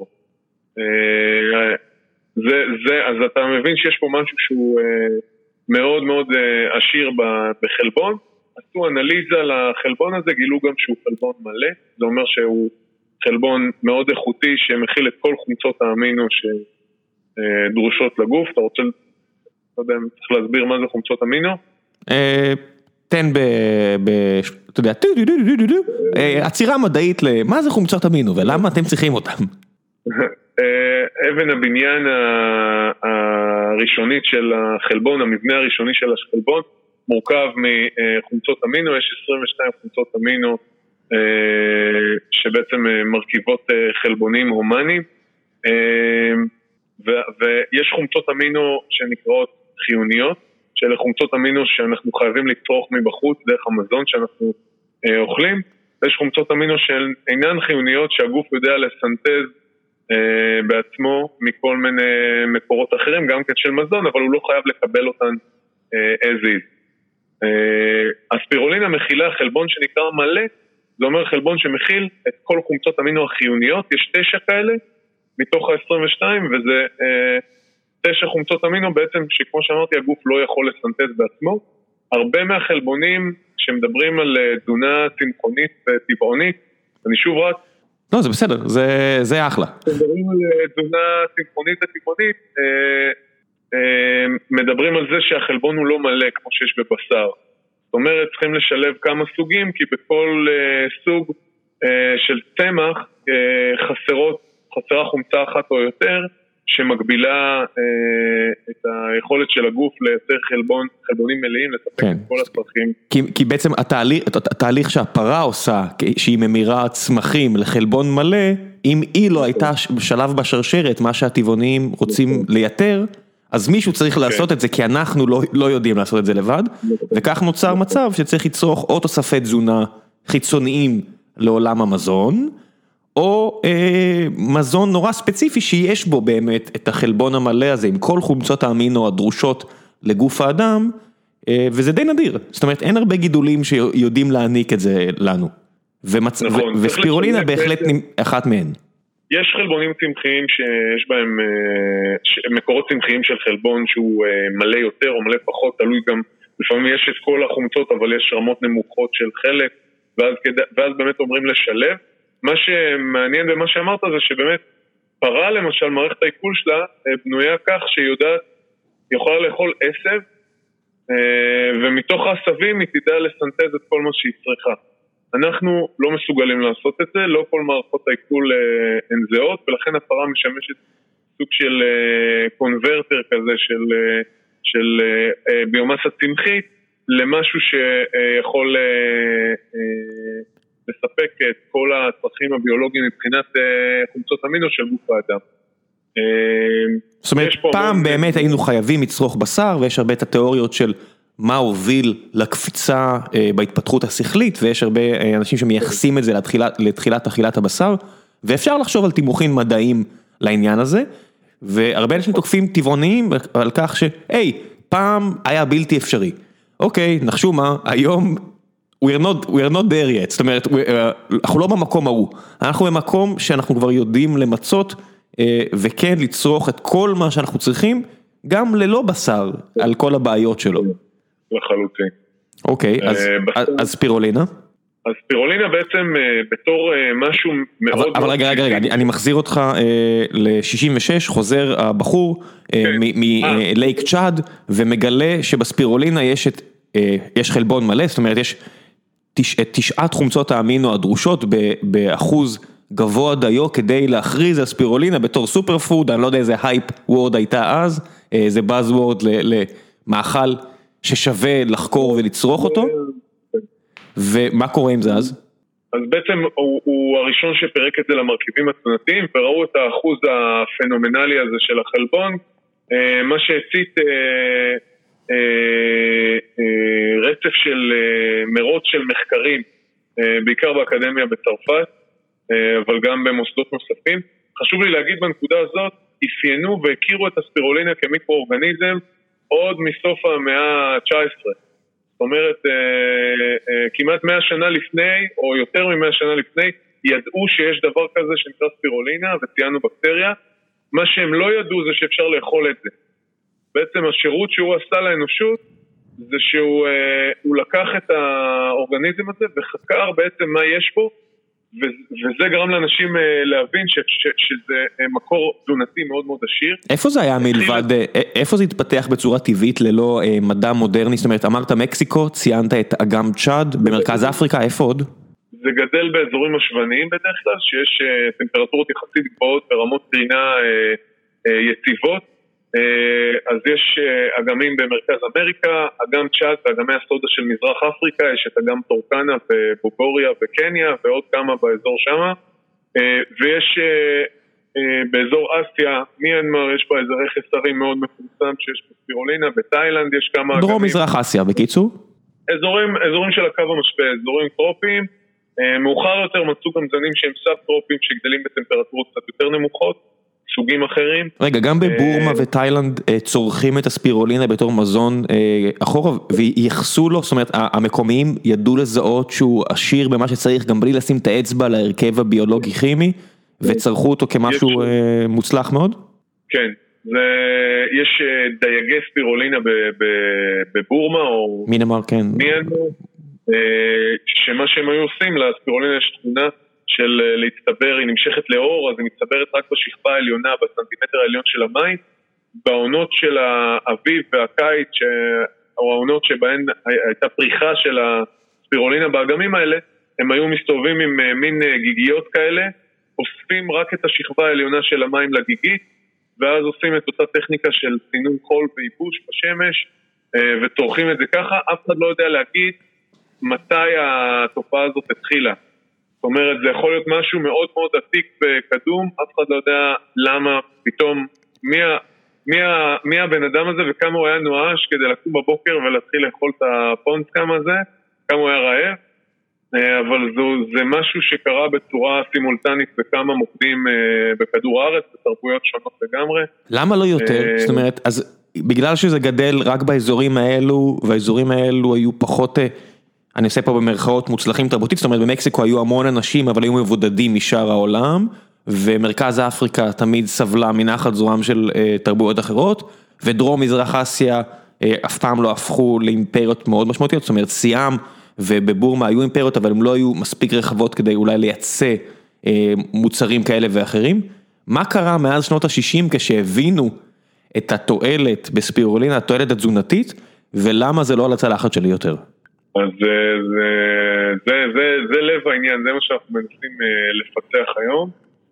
זה, זה, אז אתה מבין שיש פה משהו שהוא מאוד מאוד עשיר בחלבון. עשו אנליזה לחלבון הזה, גילו גם שהוא חלבון מלא, זה אומר שהוא חלבון מאוד איכותי שמכיל את כל חומצות האמינו שדרושות לגוף. אתה רוצה, לא יודע, צריך להסביר מה זה חומצות אמינו? תן ב... אתה יודע, עצירה מדעית למה זה חומצות אמינו ולמה אתם צריכים אותם? אבן הבניין הראשונית של החלבון, המבנה הראשוני של החלבון, מורכב מחומצות אמינו, יש עשרים ושתיים חומצות אמינו שבעצם מרכיבות חלבונים הומניים, ויש חומצות אמינו שנקראות חיוניות, שאלה חומצות אמינו שאנחנו חייבים לצרוך מבחוץ דרך המזון שאנחנו אוכלים, ויש חומצות אמינו שאינן חיוניות שהגוף יודע לסנטז בעצמו מכל מיני מקורות אחרים, גם של מזון, אבל הוא לא חייב לקבל אותן as is. הספירולינה מכילה חלבון שנקרא מלא, זה אומר חלבון שמכיל את כל חומצות אמינו החיוניות, יש תשע כאלה מתוך ה-עשרים ושתיים, וזה תשע חומצות אמינו בעצם שכמו שאמרתי הגוף לא יכול לסנטז בעצמו. הרבה מהחלבונים שמדברים על תזונה צמחונית וטבעונית, אני שוב רק לא, זה בסדר, זה, זה אחלה. מדברים על תזונה צמחונית וטבעונית, מדברים על זה שהחלבון הוא לא מלא כמו שיש בבשר. זאת אומרת, צריכים לשלב כמה סוגים, כי בכל סוג של צמח חסרות, חסרה חומצה אחת או יותר, שמגבילה את היכולת של הגוף לייצר חלבון, חלבונים מלאים, לספק כן. את כל הצרכים. כי, כי בעצם התהליך, התהליך שהפרה עושה, שהיא ממירה צמחים לחלבון מלא, אם היא לא הייתה בשלב בשרשרת, מה שהטבעוניים רוצים לייתר, אז מישהו צריך לעשות את זה, כי אנחנו לא, לא יודעים לעשות את זה לבד, וכך נוצר מצב שצריך לצרוך או תוספי תזונה חיצוניים לעולם המזון, או אה, מזון נורא ספציפי שיש בו באמת את החלבון המלא הזה, עם כל חומצות האמינו הדרושות לגוף האדם, אה, וזה די נדיר. זאת אומרת, אין הרבה גידולים שיודעים להעניק את זה לנו. ומצ... נכון, ו... וספירולינה בהחלט בעצם... אחת מהן. יש חלבונים צמחיים שיש בהם, מקורות צמחיים של חלבון שהוא מלא יותר או מלא פחות, תלוי גם, לפעמים יש את כל החומצות, אבל יש רמות נמוכות של חלק, ואז, ואז באמת אומרים לשלב. מה שמעניין במה שאמרת זה שבאמת פרה למשל, מערכת העיכול שלה בנויה כך שהיא יודעת, היא יכולה לאכול עשב, ומתוך העשבים היא תדע לסנטז את כל מה שהיא צריכה. אנחנו לא מסוגלים לעשות את זה, לא כל מערכות העיכול הן זהות, ולכן הפרה משמשת סוג של קונברטר כזה של, של ביומסה צמחית, למשהו שיכול לספק את כל הצרכים הביולוגיים מבחינת חומצות אמינו של גוף האדם. זאת אומרת, פעם באמת היינו חייבים לצרוך בשר, ויש הרבה את התיאוריות של מה הוביל לקפיצה בהתפתחות השכלית, ויש הרבה אנשים שמייחסים את זה לתחילת, לתחילת אכילת הבשר, ואפשר לחשוב על תימוכין מדעיים לעניין הזה, והרבה אנשים תוקפים טבעוניים על כך ש, היי, פעם היה בלתי אפשרי. אוקיי, נחשו מה, היום we're not, we're not there yet, זאת אומרת, אנחנו לא במקום ההוא, אנחנו במקום שאנחנו כבר יודעים למצות, וכן לצרוך את כל מה שאנחנו צריכים, גם ללא בשר, על כל הבעיות שלו. לחלוטין. אוקיי, אז, אז ספירולינה? אז ספירולינה בעצם בתור משהו מאוד... אבל, אבל רגע, רגע, רגע, אני, אני מחזיר אותך אה, ל-שישים ושש, חוזר הבחור אה, כן. מלייק צ'אד, ומגלה שבספירולינה יש, את, אה, יש חלבון מלא, זאת אומרת יש את תשעת חומצות האמינו הדרושות באחוז גבוה דיו כדי להכריז על ספירולינה בתור סופר פוד, אני לא יודע איזה הייפ וורד הייתה אז, איזה באז וורד למאכל ששווה לחקור ולצרוך אותו, ומה קורה עם זה אז? אז בעצם הוא, הוא הראשון שפרק את זה למרכיבים התזונתיים, וראו את האחוז הפנומנלי הזה של החלבון, מה שהצית רצף של מרוץ של מחקרים, בעיקר באקדמיה בצרפת, אבל גם במוסדות נוספים. חשוב לי להגיד בנקודה הזאת, אפיינו והכירו את הספירולינה כמיקרואורגניזם עוד מסוף המאה ה-תשע עשרה. זאת אומרת, כמעט מאה שנה לפני, או יותר ממאה שנה לפני, ידעו שיש דבר כזה שנקרא ספירולינה, וציינו בקטריה. מה שהם לא ידעו זה שאפשר לאכול את זה. בעצם השירות שהוא עשה לאנושות, זה שהוא לקח את האורגניזם הזה, וחקר בעצם מה יש פה, וזה גרם לאנשים להבין שזה מקור תזונתי מאוד מאוד עשיר. איפה זה היה מלבד, איפה זה התפתח בצורה טבעית ללא מדע מודרני? זאת אומרת, אמרת מקסיקו, ציינת את אגם צ'אד, במרכז אפריקה, איפה עוד? זה גדל באזורים השווניים בדרך כלל, שיש טמפרטורות יחסית גבוהות ורמות קרינה יציבות, אז יש אגמים במרכז אמריקה, אגם צ'אד ואגמי הסודה של מזרח אפריקה, יש את אגם טורקנה ובוגוריה וקניה ועוד כמה באזור שמה, ויש באזור אסיה, מיינמר, יש בה איזה רכס הרים מאוד מפורסם שיש בספירולינה, בתאילנד יש כמה אגמים. דרום מזרח אסיה בקיצור? אזורים, אזורים של הקו המשווה, אזורים טרופיים, מאוחר יותר מצאו גם זנים שהם סאב טרופיים שגדלים בטמפרטורות קצת יותר נמוכות, סוגים אחרים. רגע, גם בבורמה ותאילנד צורכים את הספירולינה בתור מזון אחורה, וייחסו לו, זאת אומרת, המקומיים ידעו לזהות שהוא עשיר במה שצריך, גם בלי לשים את האצבע להרכב הביולוגי-כימי, וצרכו אותו כמשהו מוצלח מאוד? כן, יש דייגי ספירולינה בבורמה, או מיינמר, כן. מיינמר, שמה שהם היו עושים, לספירולינה יש תכונה, של להצטבר, היא נמשכת לאור, אז היא מצטברת רק בשכבה העליונה, בסנטימטר העליון של המים, בעונות של האביב והקיץ, או העונות שבהן הייתה פריחה של הספירולינה באגמים האלה, הם היו מסתובבים עם מין גיגיות כאלה, אוספים רק את השכבה העליונה של המים לגיגית, ואז עושים את אותה טכניקה של סינון חול וייבוש בשמש, וצורכים את זה ככה, אף אחד לא יודע להגיד מתי התופעה הזאת התחילה. זאת אומרת, זה יכול להיות משהו מאוד מאוד עתיק וקדום, אף אחד לא יודע למה פתאום, מי, מי, מי הבן אדם הזה וכמה הוא היה נואש כדי לקום בבוקר ולהתחיל לאכול את הפונסקאם הזה, כמה הוא היה רעב, אבל זו, זה משהו שקרה בצורה סימולטנית בכמה מוקדים בכדור הארץ, בתרבויות שונות לגמרי. למה לא יותר? זאת אומרת, אז בגלל שזה גדל רק באזורים האלו, והאזורים האלו היו פחות... אני עושה פה במרכאות מוצלחים תרבותית, זאת אומרת במקסיקו היו המון אנשים, אבל היו מבודדים משאר העולם, ומרכז אפריקה תמיד סבלה מנחת זרועם של uh, תרבויות אחרות, ודרום מזרח אסיה uh, אף פעם לא הפכו לאימפריות מאוד משמעותיות, זאת אומרת סיאם ובבורמה היו אימפריות, אבל הם לא היו מספיק רחבות כדי אולי לייצא uh, מוצרים כאלה ואחרים. מה קרה מאז שנות ה-שישים כשהבינו את התועלת בספירולינה, התועלת התזונתית, ולמה זה לא על הצלחת שלי יותר? אז זה, זה, זה, זה, זה לב העניין, זה מה שאנחנו מנסים לפתח היום.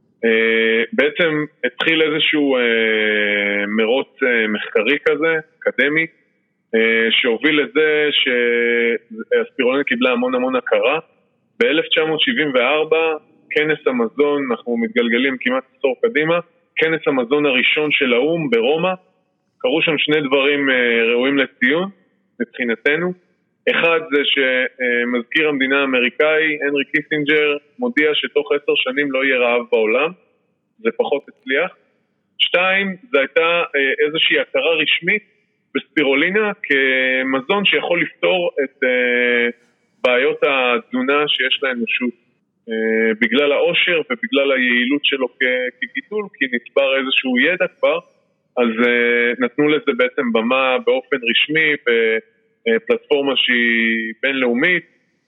בעצם התחיל איזשהו מרוץ מחקרי כזה, אקדמי, שהוביל לזה שהספירולינה קיבלה המון המון הכרה. ב-אלף תשע מאות שבעים וארבע, כנס המזון, אנחנו מתגלגלים כמעט עשור קדימה, כנס המזון הראשון של האום ברומא, קרו שם שני דברים ראויים לציון, מבחינתנו. אחד זה שמזכיר המדינה האמריקאי, הנרי קיסינג'ר, מודיע שתוך עשר שנים לא יהיה רעב בעולם, זה פחות הצליח. שתיים, זה הייתה איזושהי הכרה רשמית בספירולינה כמזון שיכול לפתור את בעיות התזונה שיש לאנושות, בגלל העושר ובגלל היעילות שלו כגידול, כי נצבר איזשהו ידע כבר, אז נתנו לזה בעצם במה באופן רשמי, פלטפורמה שהיא בינלאומית,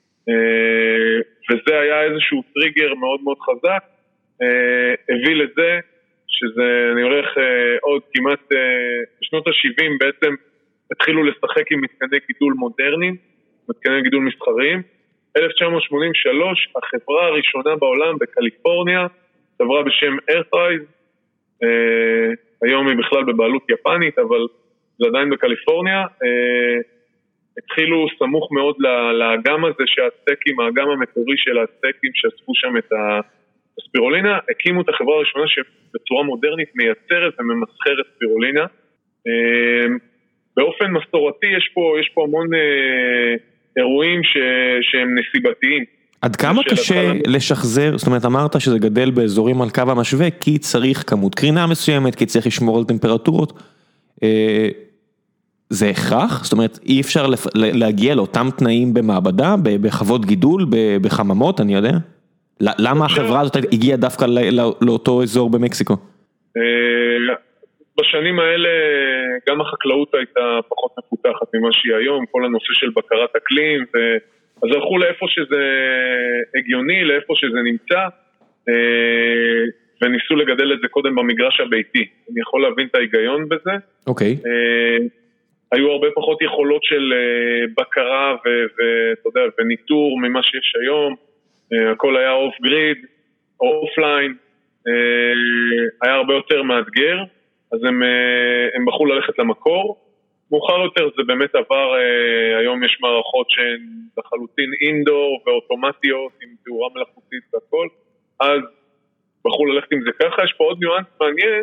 וזה היה איזשהו טריגר מאוד מאוד חזק, הביא לזה שזה, אני הולך עוד כמעט, בשנות ה-שבעים בעצם התחילו לשחק עם מתקני גידול מודרניים, מתקני גידול מסחריים, אלף תשע מאות שמונים ושלוש, החברה הראשונה בעולם בקליפורניה, חברה בשם ארת'רייז, אה, היום היא בכלל בבעלות יפנית, אבל זה עדיין בקליפורניה, אה, התחילו סמוך מאוד לאגם הזה שהצטקים, האגם המקורי של הצטקים שאספו שם את הספירולינה, הקימו את החברה הראשונה שבצורה מודרנית מייצרת וממסחרת ספירולינה. באופן מסורתי יש פה, יש פה המון אירועים ש, שהם נסיבתיים. עד כמה קשה לשחזר, זאת אומרת אמרת שזה גדל באזורים על קו המשווה, כי צריך כמות קרינה מסוימת, כי צריך לשמור על טמפרטורות, זה הכרח? זאת אומרת, אי אפשר להגיע לאותם תנאים במעבדה, בחוות גידול, בחממות, אני יודע? למה החברה הזאת הגיעה דווקא לאותו אזור במקסיקו? בשנים האלה גם החקלאות הייתה פחות מפותחת ממה שהיא היום, כל הנושא של בקרת אקלים, אז הלכו לאיפה שזה הגיוני, לאיפה שזה נמצא, וניסו לגדל את זה קודם במגרש הביתי. אני יכול להבין את ההיגיון בזה. אוקיי. היו הרבה פחות יכולות של בקרה ואתה יודע, וניטור ממה שיש היום, הכל היה אוף גריד או אופליין, היה הרבה יותר מאתגר, אז הם, הם בחרו ללכת למקור. מאוחר יותר זה באמת עבר, היום יש מערכות שהן לחלוטין אינדור ואוטומטיות עם תאורה מלאכותית והכל, אז בחרו ללכת עם זה ככה. יש פה עוד ניואנס מעניין,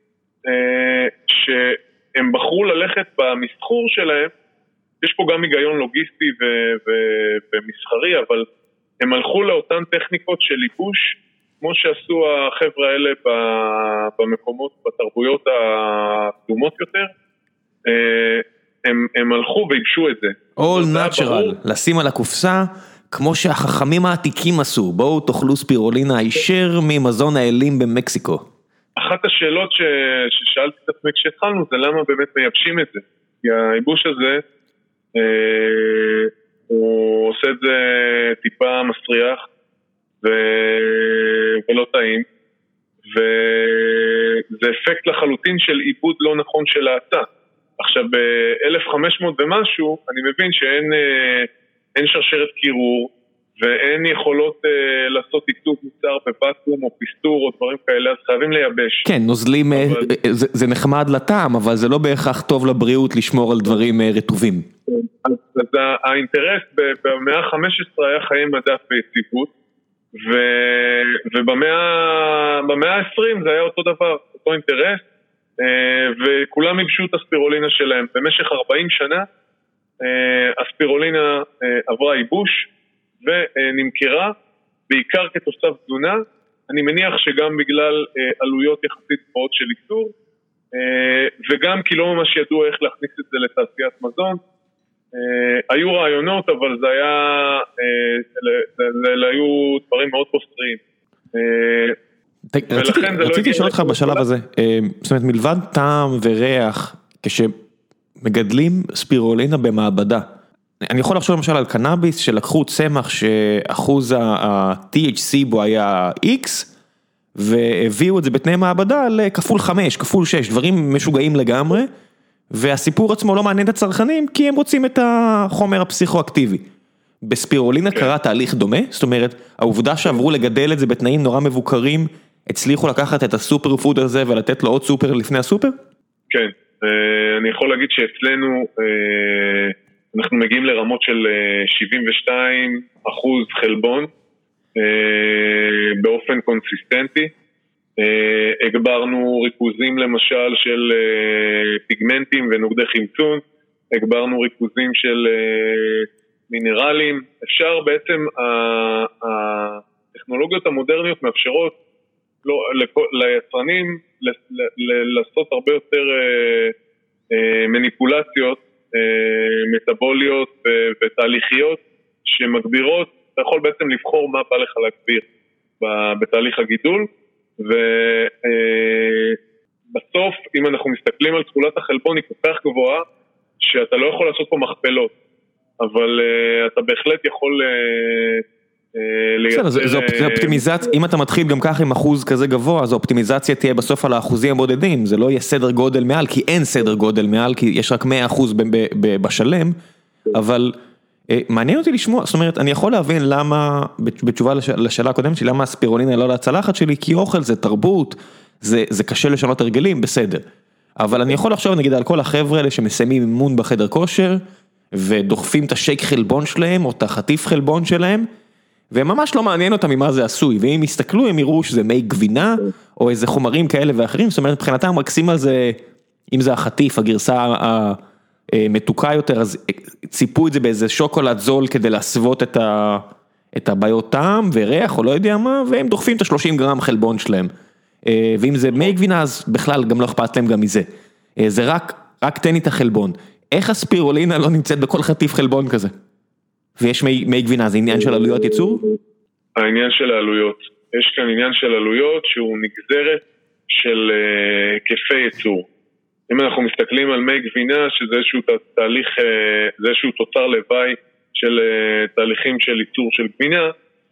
שהם בחרו ללכת במסחור שלהם, יש פה גם היגיון לוגיסטי ו- ו- ומסחרי, אבל הם הלכו לאותן טכניקות של ליבוש, כמו שעשו החבר'ה האלה במקומות, בתרבויות הקדומות יותר, הם, הם הלכו ויבשו את זה. All natural, לשים על הקופסה, כמו שהחכמים העתיקים עשו, בואו תאכלו ספירולינה הישר ממזון האלים במקסיקו. אחת השאלות ש... ששאלתי את עצמי כשהתחלנו, זה למה באמת מייבשים את זה. כי הייבוש הזה, אה, הוא עושה את זה טיפה מסריח, ו... ולא טעים, וזה אפקט לחלוטין של עיבוד לא נכון של העצה. עכשיו, ב-אלף וחמש מאות ומשהו, אני מבין שאין אין שרשרת קירור, ואין יכולות אה, לעשות עיצוב מוצר בבטום או פיסטור או דברים כאלה, אז חייבים לייבש. כן, נוזלים, אבל... זה, זה נחמד לטעם, אבל זה לא בהכרח טוב לבריאות לשמור על דברים אה, רטובים. אז, אז האינטרס במאה ה-חמש עשרה היה חיי מדף ויציבות, ו, ובמאה ה-עשרים זה היה אותו דבר, אותו אינטרס, אה, וכולם ייבשו את הספירולינה שלהם. במשך ארבעים שנה, אה, הספירולינה אה, עברה ייבוש, ונמכרה, בעיקר כתוסף תזונה. אני מניח שגם בגלל אה, עלויות יחסית גבוהות של ייצור, אה, וגם כי לא ממש ידעו איך להכניס את זה לתעשיית מזון. אה, היו רעיונות, אבל זה היה, אה, זה, זה, זה היו דברים מאוד פוסטריים. אה, רציתי לשאול אותך בשלב הזה, אה, זאת אומרת, מלבד טעם וריח, כשמגדלים ספירולינה במעבדה, אני יכול לחשוב למשל על קנאביס שלקחו צמח שאחוז ה-טי אייץ' סי בו היה X והביאו את זה בתנאי מעבדה לכפול חמש, כפול שש, דברים משוגעים לגמרי, והסיפור עצמו לא מעניין את הצרכנים כי הם רוצים את החומר הפסיכואקטיבי. בספירולינה קרה תהליך דומה, זאת אומרת, העובדה שעברו לגדל את זה בתנאים נורא מבוקרים, הצליחו לקחת את הסופר פוד הזה ולתת לו עוד סופר לפני הסופר? כן, אני יכול להגיד שאצלנו אנחנו מגיעים לרמות של שבעים ושתיים אחוז חלבון באופן קונסיסטנטי. הגברנו ריכוזים למשל של פיגמנטים ונוגדי חמצון, הגברנו ריכוזים של מינרלים. אפשר בעצם, הטכנולוגיות המודרניות מאפשרות ליצרנים לעשות הרבה יותר מניפולציות מטאבוליות ותהליכיות שמגבירות. אתה יכול בעצם לבחור מה בא לך להגביר בתהליך הגידול, ובסוף אם אנחנו מסתכלים על תכולת החלבון היא כל כך גבוהה שאתה לא יכול לעשות פה מכפלות, אבל אתה בהחלט יכול לייצר... זה אופטימיזציה, אם אתה מתחיל גם כך עם אחוז כזה גבוה, אז האופטימיזציה תהיה בסוף על האחוזים הבודדים, זה לא יהיה סדר גודל מעל, כי אין סדר גודל מעל, כי יש רק מאה אחוז בשלם, אבל מעניין אותי לשמוע, זאת אומרת, אני יכול להבין למה, בתשובה לשאלה הקודמת שלי, למה הספירולין לא לצלחת שלי, כי אוכל זה תרבות, זה, זה קשה לשנות הרגלים, בסדר. אבל אני יכול לחשוב, נגיד, על כל החבר'ה האלה שמסיימים אימון בחדר כושר, ודוחפים את השייק חלבון שלהם, או את החטיף חלבון שלהם, וממש לא מעניין אותם ממה זה עשוי, ואם יסתכלו, הם יראו שזה מי גבינה, או איזה חומרים כאלה ואחרים, זאת אומרת, מבחינתם מקסים על זה, אם זה החטיף, הגרסה המתוקה יותר, אז ציפו את זה באיזה שוקולד זול, כדי להסוות את ה... את הבעיות טעם וריח, או לא יודע מה, והם דוחפים את ה-שלושים גרם חלבון שלהם. ואם זה מי גבינה, אז בכלל גם לא אכפת להם גם מזה. זה רק, רק תן לי את החלבון. איך הספירולינה לא נמצאת בכל חטיף חלבון כזה? ויש מי, מי גבינה, זה עניין של עלויות ייצור? העניין של העלויות. יש כאן עניין של עלויות שהוא נגזרת של היקפי ייצור. אם אנחנו מסתכלים על מי גבינה, שזה איזשהו תהליך, זה איזשהו תוצר לוואי של תהליכים של ייצור של גבינה,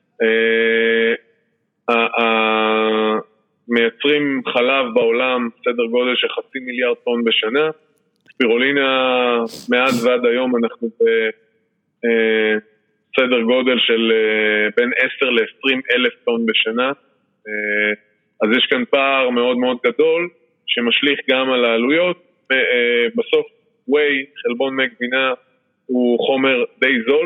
מייצרים חלב בעולם סדר גודל של חצי מיליארד טון בשנה, ספירולינה מאז ועד היום אנחנו בסדר גודל של בין עשר לעשרים אלף טון בשנה, אז יש כאן פער מאוד מאוד גדול שמשליך גם על העלויות, ובסוף ווי, חלבון מי גבינה, הוא חומר די זול,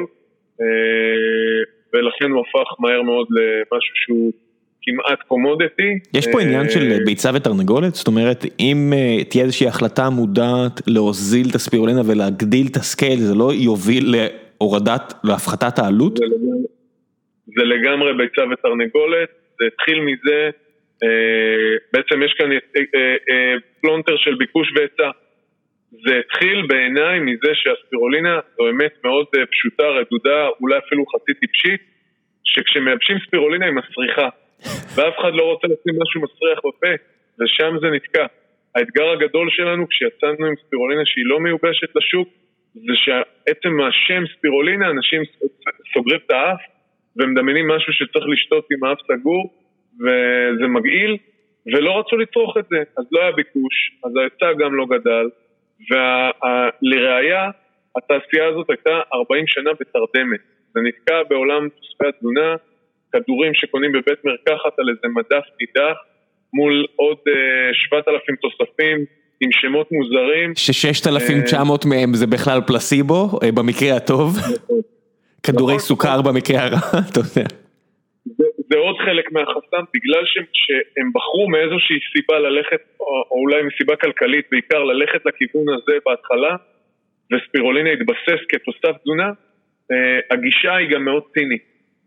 ולכן הוא הפך מהר מאוד למשהו שהוא כמעט קומודיטי. יש פה עניין של ביצה ותרנגולת? זאת אומרת, אם תהיה איזושהי החלטה מודעת להוזיל את הספירולינה ולהגדיל את הסקייל, זה לא יוביל להורדת, להפחתת העלות? זה לגמרי ביצה ותרנגולת, זה התחיל מזה, בעצם יש כאן פלונטר של ביקוש והיצע. זה התחיל בעיניי מזה שהספירולינה זו אמת מאוד פשוטה, רדודה, אולי אפילו חצי טיפשית, שכשמייבשים ספירולינה היא מסריחה, ואף אחד לא רוצה לשים משהו מסריח בפה, ושם זה נתקע. האתגר הגדול שלנו כשיצאנו עם ספירולינה שהיא לא מיובשת לשוק, זה שעצם השם ספירולינה, אנשים סוגרים את האף, ומדמיינים משהו שצריך לשתות עם האף סגור, וזה מגעיל, ולא רצו לצרוך את זה, אז לא היה ביקוש, אז ההיצע גם לא גדל, ולראיה, התעשייה הזאת הייתה ארבעים שנה בתרדמת. זה נתקע בעולם תוספי התזונה, כדורים שקונים בבית מרקחת על איזה מדף נידח, מול עוד שבעת אלפים תוספים עם שמות מוזרים. ש-ששת אלפים תשע מאות מהם זה בכלל פלסיבו, במקרה הטוב. כדורי סוכר במקרה הרע, אתה יודע. זה עוד חלק מהחסם, בגלל שהם בחרו מאיזושהי סיבה ללכת, או אולי מסיבה כלכלית בעיקר, ללכת לכיוון הזה בהתחלה, וספירולינה התבסס כתוסף תזונה, הגישה היא גם מאוד צינית.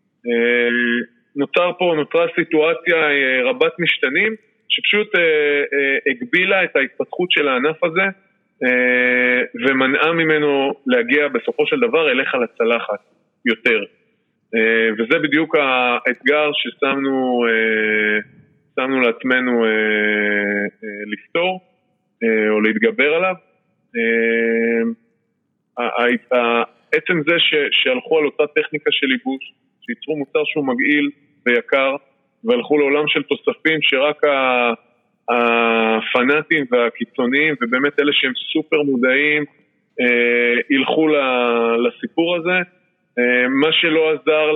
נוצר פה, נוצרה סיטואציה רבת משתנים, שפשוט הגבילה את ההתפתחות של הענף הזה, ומנעה ממנו להגיע בסופו של דבר אליך לצלחת יותר. וזה בדיוק האתגר ששמנו שמנו לעצמנו לפתור או להתגבר עליו. עצם זה שהלכו על אותה טכניקה של ייבוש, שיצרו מוצר שהוא מגעיל ויקר, והלכו לעולם של תוספים שרק הפנאטים והקיצוניים, ובאמת אלה שהם סופר מודעים, ילכו לסיפור הזה. מה שלא עזר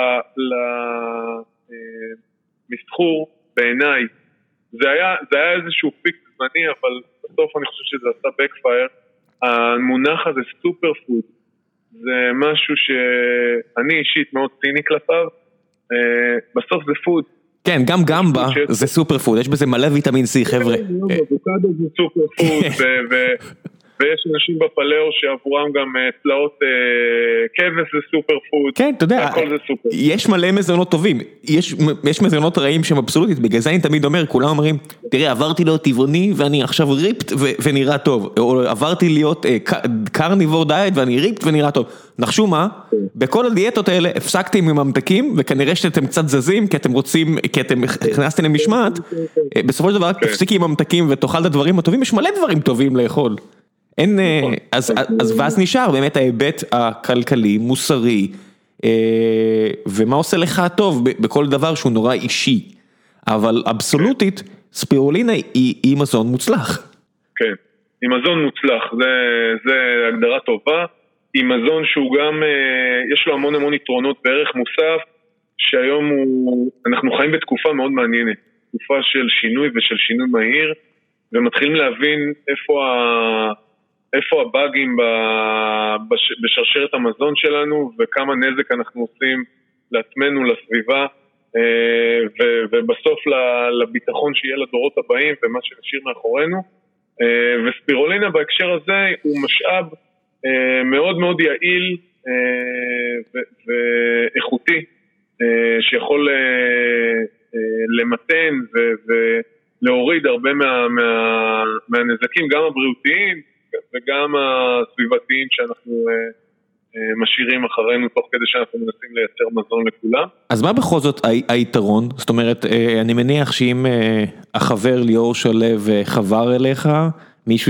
למסחור בעיניי, זה היה, זה היה איזשהו פיק זמני, אבל בסוף אני חושב שזה עשה בקפייר. המונח הזה סופר פוד, זה משהו שאני אישית מאוד ציני כלפיו, בסוף זה פוד. כן, גם גמבה זה סופר פוד, יש בזה מלא ויטמין C, חבר'ה. אבוקדו זה סופר פוד, ויש אנשים בפלאו שעבורם גם צלעות כבש זה סופר פוד. כן, אתה יודע, יש מלא מזונות טובים, יש מזונות רעים שהם אבסולוטית, בגלל זה אני תמיד אומר, כולם אומרים, תראה, עברתי להיות טבעוני ואני עכשיו ריפט ונראה טוב, או עברתי להיות קרניבור דיאט ואני ריפט ונראה טוב. נחשו מה? בכל הדיאטות האלה הפסקתי עם ממתקים, וכנראה שאתם קצת זזים, כי אתם רוצים, כי אתם הכנסתם למשמעת, בסופו של דבר רק תפסיקי עם ממתקים ותאכל את הדברים הטובים, יש מלא דברים טובים לאכול. אין, אז, אז ואז נשאר באמת ההיבט הכלכלי, מוסרי, ומה עושה לך טוב בכל דבר שהוא נורא אישי, אבל אבסולוטית, ספירולינה היא, היא מזון מוצלח. כן, היא מזון מוצלח, זה, זה הגדרה טובה, עם מזון שהוא גם, יש לו המון המון יתרונות בערך מוסף, שהיום הוא, אנחנו חיים בתקופה מאוד מעניינת, תקופה של שינוי ושל שינוי מהיר, ומתחילים להבין איפה, ה, איפה הבאגים בשרשרת המזון שלנו, וכמה נזק אנחנו עושים לעצמנו, לסביבה, ובסוף לביטחון שיהיה לדורות הבאים, ומה שנשאיר מאחורינו. וספירולינה בהקשר הזה הוא משאב מאוד מאוד יעיל ואיכותי, שיכול למתן ולהוריד הרבה מהנזקים, גם הבריאותיים וגם הסביבתיים שאנחנו משאירים אחרינו תוך כדי שאנחנו מנסים לייצר מזון לכולם. אז מה בכל זאת היתרון? זאת אומרת, אני מניח שאם החבר ליאור שלו חבר אליך, מישהו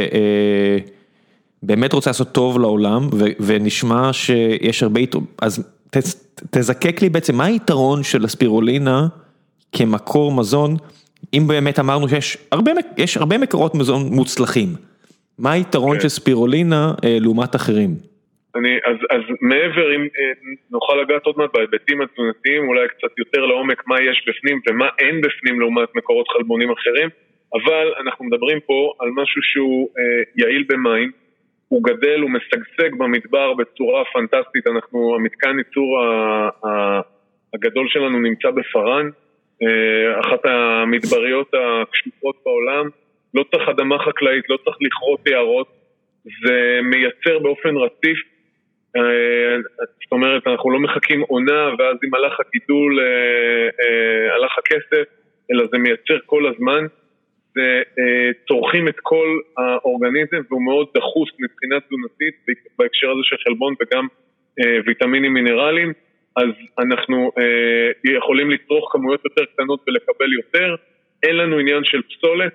שבאמת רוצה לעשות טוב לעולם, ונשמע שיש הרבה יתרון, אז תזקק לי בעצם, מה היתרון של הספירולינה כמקור מזון, אם באמת אמרנו שיש הרבה, יש הרבה מקורות מזון מוצלחים, מה היתרון של ספירולינה לעומת אחרים? אני, אז, אז מעבר, אם נוכל לגעת עוד מעט בהיבטים התזונתיים, אולי קצת יותר לעומק מה יש בפנים ומה אין בפנים לעומת מקורות חלבונים אחרים, אבל אנחנו מדברים פה על משהו שהוא אה, יעיל במים, הוא גדל, הוא משגשג במדבר בצורה פנטסטית, אנחנו, המתקן ייצור הגדול שלנו נמצא בפרן, אה, אחת המדבריות הקשוחות בעולם, לא צריך אדמה חקלאית, לא צריך לכרות יערות, זה מייצר באופן רציף, זאת אומרת, אנחנו לא מחכים עונה, ואז אם הלך הגידול, הלך הכסף, אלא זה מייצר כל הזמן, זה צורכים את כל האורגניזם, והוא מאוד דחוס מבחינה תזונתית, בהקשר הזה של חלבון וגם ויטמינים מינרליים, אז אנחנו יכולים לצרוך כמויות יותר קטנות ולקבל יותר, אין לנו עניין של פסולת,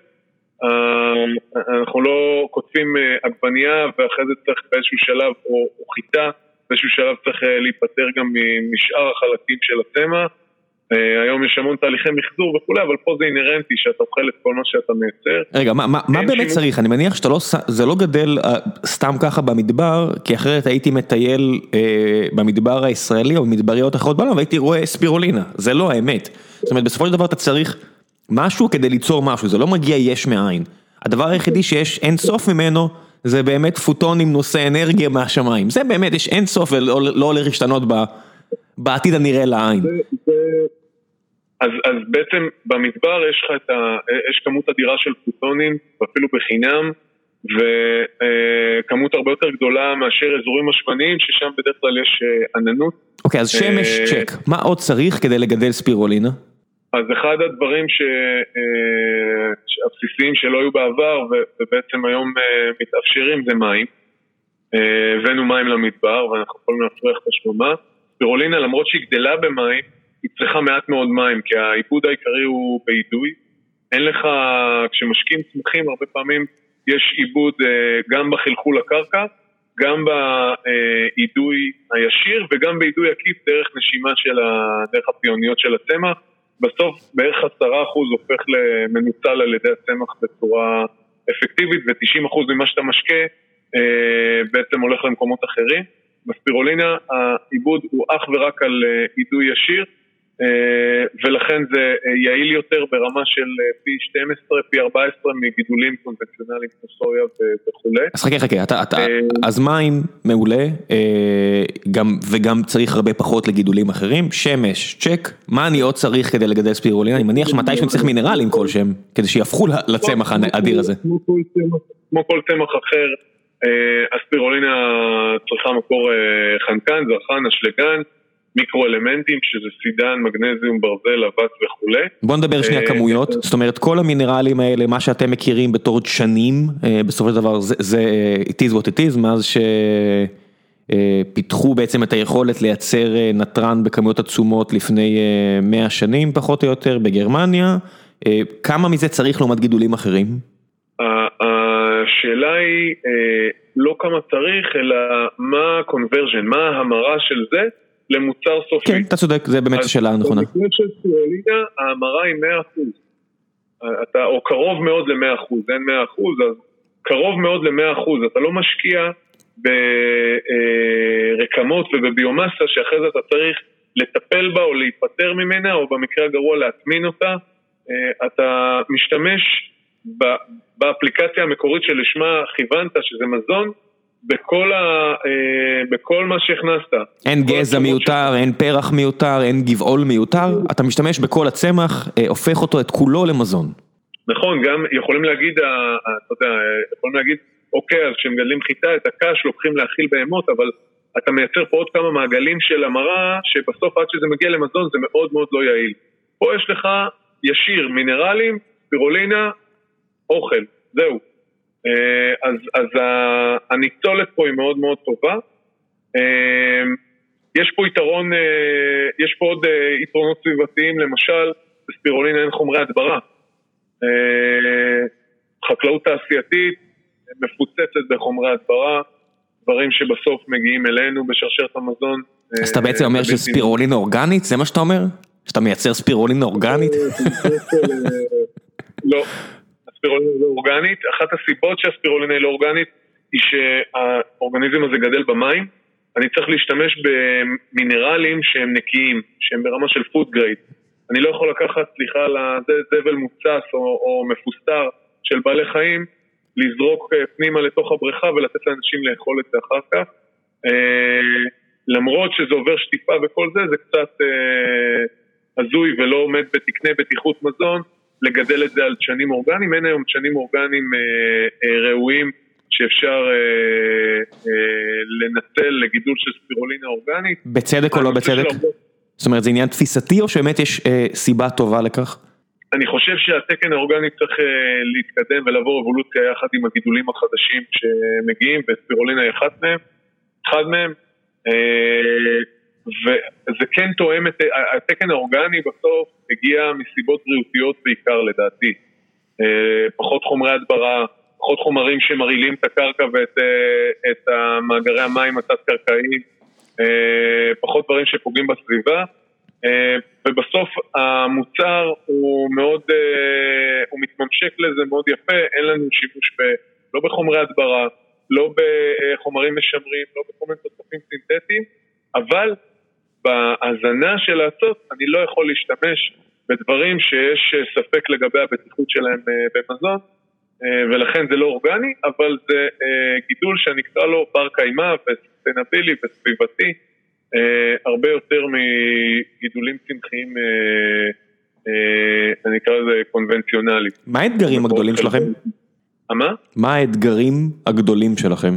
אנחנו לא כותבים עגבנייה ואחרי זה צריך באיזשהו שלב או, או חיטה, באיזשהו שלב צריך להיפטר גם משאר החלקים של הצמח. היום יש המון תהליכי מחזור וכולי, אבל פה זה אינרנטי שאתה אוכל את כל מה שאתה מייצר. רגע, מה, מה, מה באמת צריך? אני מניח שאתה לא, זה לא גדל סתם ככה במדבר, כי אחרת הייתי מטייל אה, במדבר הישראלי או במדבריות אחרות בעולם, והייתי רואה ספירולינה, זה לא האמת. זאת אומרת, בסופו של דבר אתה צריך משהו כדי ליצור משהו, זה לא מגיע יש מאין. הדבר היחידי שיש אין סוף ממנו, זה באמת פוטונים נושא אנרגיה מהשמיים. זה באמת, יש אין סוף ולא לא הולך להשתנות בעתיד הנראה לעין. אז, אז בעצם במדבר יש לך את ה, יש כמות אדירה של פוטונים, אפילו בחינם, וכמות הרבה יותר גדולה מאשר אזורים משמעוניים, ששם בדרך כלל יש עננות. אוקיי, אז שמש צ'ק. מה עוד צריך כדי לגדל ספירולינה? אז אחד הדברים שהבסיסיים שלא היו בעבר ובעצם היום מתאפשרים זה מים. הבאנו מים למדבר ואנחנו יכולים להפריח את השממה. ספירולינה למרות שהיא גדלה במים היא צריכה מעט מאוד מים כי העיבוד העיקרי הוא בעידוי. אין לך, כשמשקים צמחים הרבה פעמים יש עיבוד גם בחלחול הקרקע, גם בעידוי הישיר וגם בעידוי עקיף דרך נשימה של דרך הפיוניות של הצמח. בסוף בערך עשרה אחוז הופך למנוצל על ידי הצמח בצורה אפקטיבית, ו-תשעים אחוז ממה שאתה משקה אה, בעצם הולך למקומות אחרים. בספירולינה העיבוד הוא אך ורק על עידוי ישיר, אה, ולכן זה יעיל יותר ברמה של פי שתים עשרה, פי ארבע עשרה מגידולים קונבנציונליים כמו סויה וכו'. אז חכה חכה, אתה, אתה, אה, אז מים מעולה, אה, גם, וגם צריך הרבה פחות לגידולים אחרים, שמש, צ'ק, מה אני עוד צריך כדי לגדל ספירולינה? אני מניח שמתי שאני צריך מינרלים כלשהם, כדי שיהפכו לצמח האדיר הזה. כמו כל צמח אחר, הספירולינה צריכה מקור חנקן, זרחן, אשלגן, מיקרו-אלמנטים, שזה סידן, מגנזיום, ברזל, אבץ וכו'. בוא נדבר שנייה כמויות, זאת אומרת, כל המינרלים האלה, מה שאתם מכירים בתור דשנים, בסופו של דבר, זה it is what it is, מאז שפיתחו בעצם את היכולת לייצר נטרן בכמויות עצומות לפני מאה שנים, פחות או יותר, בגרמניה. כמה מזה צריך לעומת גידולים אחרים? השאלה היא לא כמה צריך, אלא מה ה-conversion, מה ההמרה של זה, למוצר סופי. כן, אתה צודק, זה באמת השאלה הנכונה. אז במקרה של ספירולינה, ההמרה היא מאה אחוז. אתה, או קרוב מאוד ל-מאה אחוז, אין מאה אחוז, אז קרוב מאוד ל-מאה אחוז. אתה לא משקיע ברקמות ובביומסה שאחרי זה אתה צריך לטפל בה או להיפטר ממנה, או במקרה הגרוע להטמין אותה. אתה משתמש באפליקציה המקורית שלשמה כיוונת, שזה מזון, בכל, ה, בכל מה שהכנסת. אין גזע מיותר, ש... אין פרח מיותר, אין גבעול מיותר, אתה משתמש בכל הצמח, הופך אותו את כולו למזון. נכון, גם יכולים להגיד, אתה יודע, יכולים להגיד, אוקיי, אז כשמגדלים חיטה, את הקש לוקחים להאכיל בהמות, אבל אתה מייצר פה עוד כמה מעגלים של המרה, שבסוף עד שזה מגיע למזון זה מאוד מאוד לא יעיל. פה יש לך ישיר, מינרלים, ספירולינה, אוכל, זהו. אז, אז הניצולת פה היא מאוד מאוד טובה. יש פה יתרון, יש פה עוד יתרונות סביבתיים, למשל, בספירולינה אין חומרי הדברה. חקלאות תעשייתית, מפוצצת בחומרי הדברה, דברים שבסוף מגיעים אלינו בשרשרת המזון. אז אתה בעצם אומר שספירולינה אורגנית? זה מה שאתה אומר? שאתה מייצר ספירולינה אורגנית? לא, הספירולינה לא אורגנית. אחת הסיבות שהספירולינה היא לא אורגנית היא שהאורגניזם הזה גדל במים. אני צריך להשתמש במינרלים שהם נקיים, שהם ברמה של food grade. אני לא יכול לקחת, סליחה, לזבל מוצס או, או מפוסטר של בעלי חיים, לזרוק פנימה לתוך הבריכה ולתת לאנשים לאכול את זה אחר כך. למרות שזה עובר שטיפה וכל זה, זה קצת הזוי ולא עומד בתקני בטיחות מזון, לגדל את זה על דשנים אורגניים. אין היום דשנים אורגניים ראויים שאפשר לנצל לגידול של ספירולינה אורגנית. בצדק או לא בצדק? זאת אומרת, זה עניין תפיסתי או שבאמת יש סיבה טובה לכך? אני חושב שהתקן האורגני צריך להתקדם ולעבור אבולוציה יחד עם הגידולים החדשים שמגיעים, וספירולינה היא אחת מהם, אחד מהם, וזה כן תואם את התקן האורגני בסוף הגיע מסיבות בריאותיות בעיקר לדעתי. פחות חומרי הדברה, פחות חומרים שמרעילים את הקרקע ואת מאגרי המים התת-קרקעיים, פחות דברים שפוגעים בסביבה. ובסוף המוצר הוא מאוד, הוא מתממשק לזה מאוד יפה, אין לנו שימוש ב, לא בחומרי הדברה, לא בחומרים משמרים, לא בחומרים תוספים סינתטיים, אבל בהזנה של לעשות אני לא יכול להשתמש בדברים שיש ספק לגבי הבטיחות שלהם במזון, ולכן זה לא אורגני, אבל זה גידול שאני אקרא לו בר קיימא וססטנבילי וסביבתי, הרבה יותר מגידולים צמחיים, אני אקרא לזה קונבנציונלי. מה האתגרים הגדולים שלכם? מה? מה האתגרים הגדולים שלכם?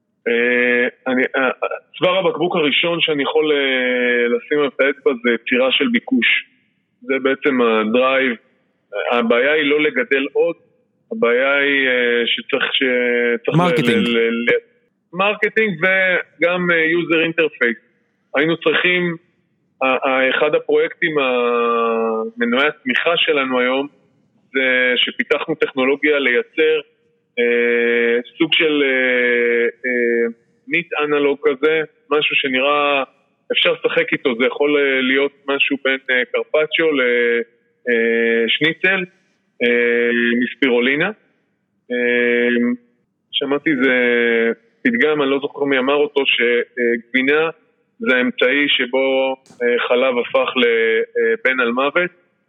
צוואר הבקבוק הראשון שאני יכול לשים על האצבע זה יצירה של ביקוש. זה בעצם הדרייב. הבעיה היא לא לגדל עוד, הבעיה היא שצריך... מרקטינג. מרקטינג וגם יוזר אינטרפייס. היינו צריכים, אחד הפרויקטים המנועי התמיכה שלנו היום, זה שפיתחנו טכנולוגיה לייצר אה, סוג של אה, אה, ניט אנלוג כזה, משהו שנראה, אפשר לשחק איתו, זה יכול להיות משהו בין אה, קרפצ'ו לשניצל, אה, אה, מספירולינה. אה, שמעתי זה פתגם, אני לא זוכר מי אמר אותו, שגבינה, זה האמצעי שבו חלב הפך לבן על מוות,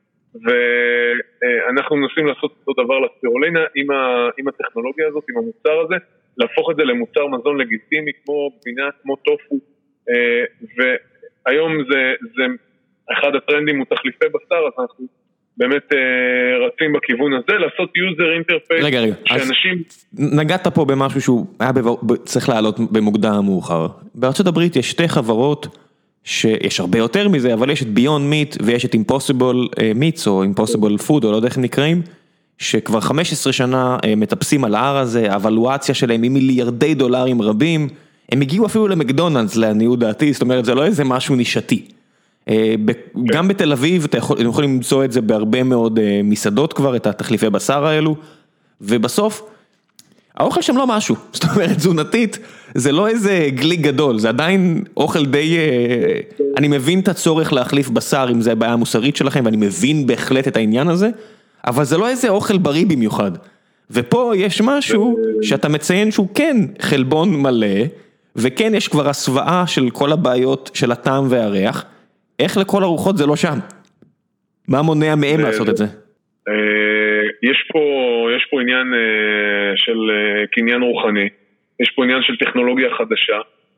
ואנחנו מנסים לעשות אותו דבר לספירולינה עם, ה, עם הטכנולוגיה הזאת, עם המוצר הזה, להפוך את זה למוצר מזון לגיטימי כמו גבינה, כמו טופו, והיום זה, זה אחד הטרנדים הוא תחליפי בשר, אז אנחנו באמת רצים בכיוון הזה, לעשות user interface. רגע, רגע, שאנשים... אז נגעת פה במשהו שהוא היה בבוא... צריך לעלות במוקדם המאוחר. בארצות הברית יש שתי חברות, שיש הרבה יותר מזה, אבל יש את Beyond Meat ויש את Impossible Meats או Impossible Food, או לא יודע איך הם נקראים, שכבר חמש עשרה שנה מטפסים על ההר הזה, האבלואציה שלהם היא מיליארדי דולרים רבים, הם הגיעו אפילו למקדונלדס לעניות דעתי, זאת אומרת זה לא איזה משהו נישתי. גם בתל אביב, אתם יכולים למצוא את זה בהרבה מאוד מסעדות כבר, את התחליפי בשר האלו, ובסוף, האוכל שם לא משהו, זאת אומרת, תזונתית, זה לא איזה גליק גדול, זה עדיין אוכל די, אני מבין את הצורך להחליף בשר, אם זה הבעיה המוסרית שלכם, ואני מבין בהחלט את העניין הזה, אבל זה לא איזה אוכל בריא במיוחד, ופה יש משהו שאתה מציין שהוא כן חלבון מלא, וכן יש כבר הסוואה של כל הבעיות של הטעם והריח, איך לכל הרוחות זה לא שם? מה מונע מהם לעשות את זה? יש פה, יש פה עניין של קניין רוחני, יש פה עניין של טכנולוגיה חדשה,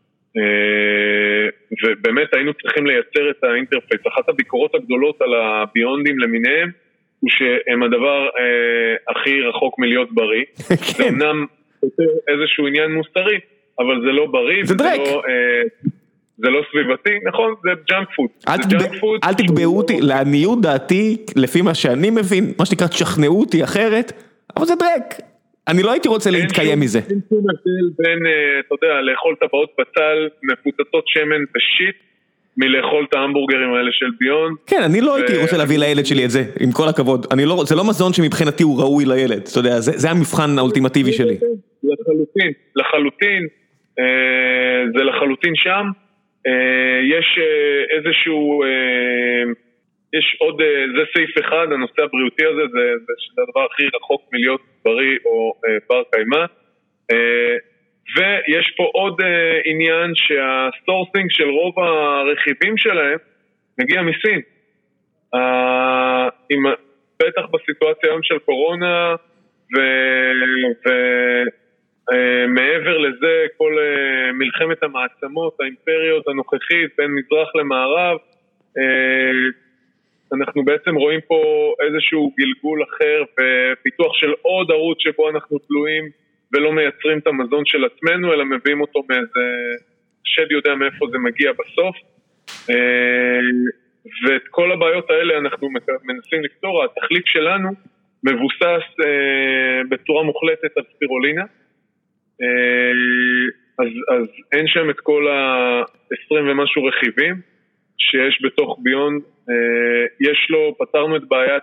ובאמת היינו צריכים לייצר את האינטרפייס. אחת הביקורות הגדולות על הביונדים למיניהם, הוא שהם הדבר הכי רחוק מלהיות בריא. זה אמנם איזשהו עניין מוסרי, אבל זה לא בריא, זה דרק. זה לא סביבתי, נכון? זה ג'אנק פוד. אל תקבעו אותי, לעניות דעתי, לפי מה שאני מבין, מה שנקרא, תשכנעו אותי אחרת, אבל זה דרק. אני לא הייתי רוצה להתקיים מזה. אין שום הבדל בין, אתה יודע, לאכול טבעות בצל, מפוצצות שמן ושיט, מלאכול את ההמבורגרים האלה של ביונד. כן, אני לא הייתי רוצה להביא לילד שלי את זה, עם כל הכבוד. זה לא מזון שמבחינתי הוא ראוי לילד, אתה יודע, זה המבחן האולטימטיבי שלי. לחלוטין, לחלוטין, זה לחלוטין שם. יש איזשהו, יש עוד, זה סעיף אחד, הנושא הבריאותי הזה, זה, זה הדבר הכי רחוק מלהיות בריא או בר קיימא. ויש פה עוד עניין שהסורסינג של רוב הרכיבים שלהם מגיע מסין. עם, בטח בסיטואציה היום של קורונה ו... ו מעבר לזה, כל מלחמת המעצמות, האימפריות הנוכחית בין מזרח למערב, אנחנו בעצם רואים פה איזשהו גלגול אחר ופיתוח של עוד ערוץ שבו אנחנו תלויים ולא מייצרים את המזון של עצמנו, אלא מביאים אותו מאיזה שד יודע מאיפה זה מגיע בסוף. ואת כל הבעיות האלה אנחנו מנסים לפתור. התחליף שלנו מבוסס בצורה מוחלטת על ספירולינה, אז, אז אין שם את כל ה-עשרים ומשהו רכיבים שיש בתוך ביונד. יש לו, פתרנו את בעיית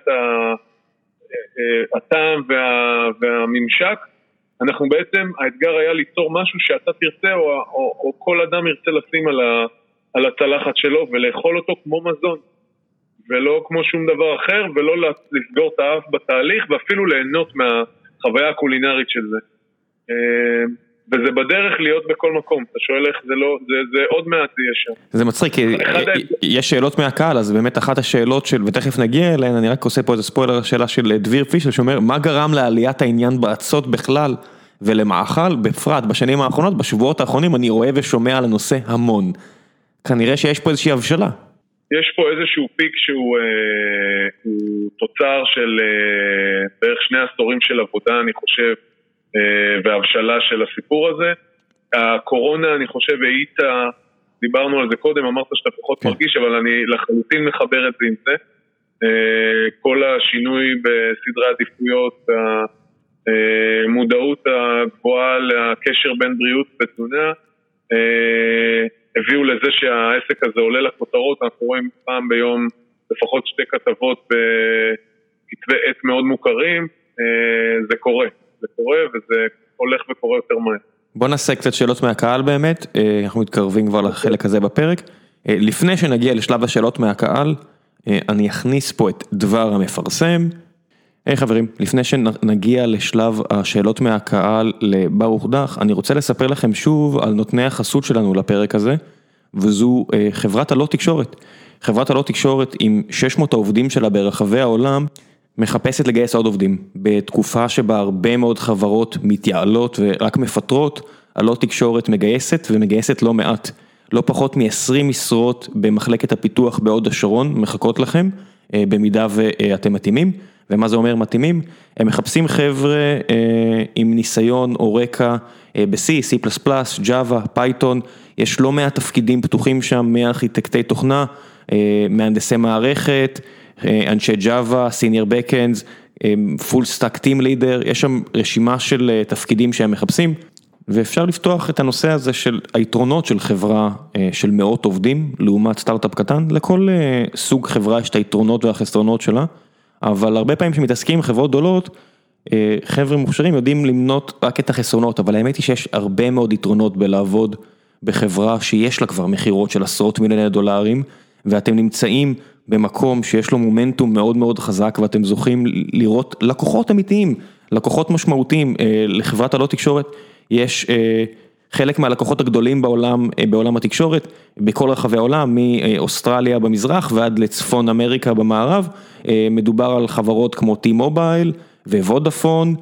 הטעם וה, והממשק. אנחנו בעצם, האתגר היה ליצור משהו שאתה תרצה או, או, או כל אדם ירצה לשים על, ה, על הצלחת שלו ולאכול אותו כמו מזון ולא כמו שום דבר אחר, ולא לסגור את האף בתהליך ואפילו ליהנות מהחוויה הקולינרית של זה. וזה בדרך להיות בכל מקום. אתה שואל איך זה לא, זה, זה עוד מעט יהיה שם. זה מצחיק, כי יש שאלות מהקהל, אז באמת אחת השאלות של, ותכף נגיע אליהן, אני רק עושה פה איזה ספוילר, השאלה של דביר פישל, שאומר, מה גרם לעליית העניין בארצות בכלל, ולמאכל בפרט בשנים האחרונות, בשבועות האחרונים, אני רואה ושומע על הנושא המון. כנראה שיש פה איזושהי הבשלה. יש פה איזשהו פיק שהוא אה, הוא תוצר של אה, בערך שני עשורים של עבודה, אני חושב, והבשלה של הסיפור הזה. הקורונה, אני חושב, היית, דיברנו על זה קודם, אמרת שאתה פחות מרגיש, אבל אני לחלוטין מחבר את זה עם זה. כל השינוי בסדרי עדיפויות, המודעות הגבוהה לקשר בין בריאות ותזונה, הביאו לזה שהעסק הזה עולה לכותרות. אנחנו רואים פעם ביום לפחות שתי כתבות בכתבי עת מאוד מוכרים. זה קורה. זה קורה וזה הולך וקורה יותר מהר. בוא נעשה קצת שאלות מהקהל באמת, אנחנו מתקרבים כבר לחלק הזה בפרק. לפני שנגיע לשלב השאלות מהקהל, אני אכניס פה את דבר המפרסם. היי חברים, לפני שנגיע לשלב השאלות מהקהל לברוך דח, אני רוצה לספר לכם שוב על נותני החסות שלנו לפרק הזה, וזו חברת הלא תקשורת. חברת הלא תקשורת עם שש מאות העובדים שלה ברחבי העולם, מחפשת לגייס עוד עובדים. בתקופה שבה הרבה מאוד חברות מתייעלות ורק מפטרות, הלא תקשורת מגייסת ומגייסת לא מעט. לא פחות מ-עשרים משרות במחלקת הפיתוח בהוד השרון מחכות לכם, במידה ואתם מתאימים. ומה זה אומר מתאימים? הם מחפשים חבר'ה עם ניסיון או רקע ב-C, C++, Java, Python. יש לא מעט תפקידים פתוחים שם, מארכיטקטי תוכנה, מהנדסי מערכת, אנשי Java, Senior Backends, Full Stack Team Leader, יש שם רשימה של תפקידים שהם מחפשים, ואפשר לפתוח את הנושא הזה של היתרונות של חברה של מאות עובדים, לעומת סטארט-אפ קטן. לכל סוג חברה יש את היתרונות והחסרונות שלה, אבל הרבה פעמים שמתעסקים עם חברות גדולות, חבר'ה מוכשרים יודעים למנות רק את החסרונות, אבל האמת היא שיש הרבה מאוד יתרונות בלעבוד בחברה שיש לה כבר מחירות של עשרות מיליוני דולרים, ואתם נמצאים במקום שיש לו מומנטום מאוד מאוד חזק, ואתם זוכים לראות לקוחות אמיתיים, לקוחות משמעותיים. לחברת הלא תקשורת יש חלק מהלקוחות הגדולים בעולם, בעולם התקשורת, בכל רחבי העולם, מאוסטרליה במזרח ועד לצפון אמריקה במערב, מדובר על חברות כמו T-Mobile ווודאפון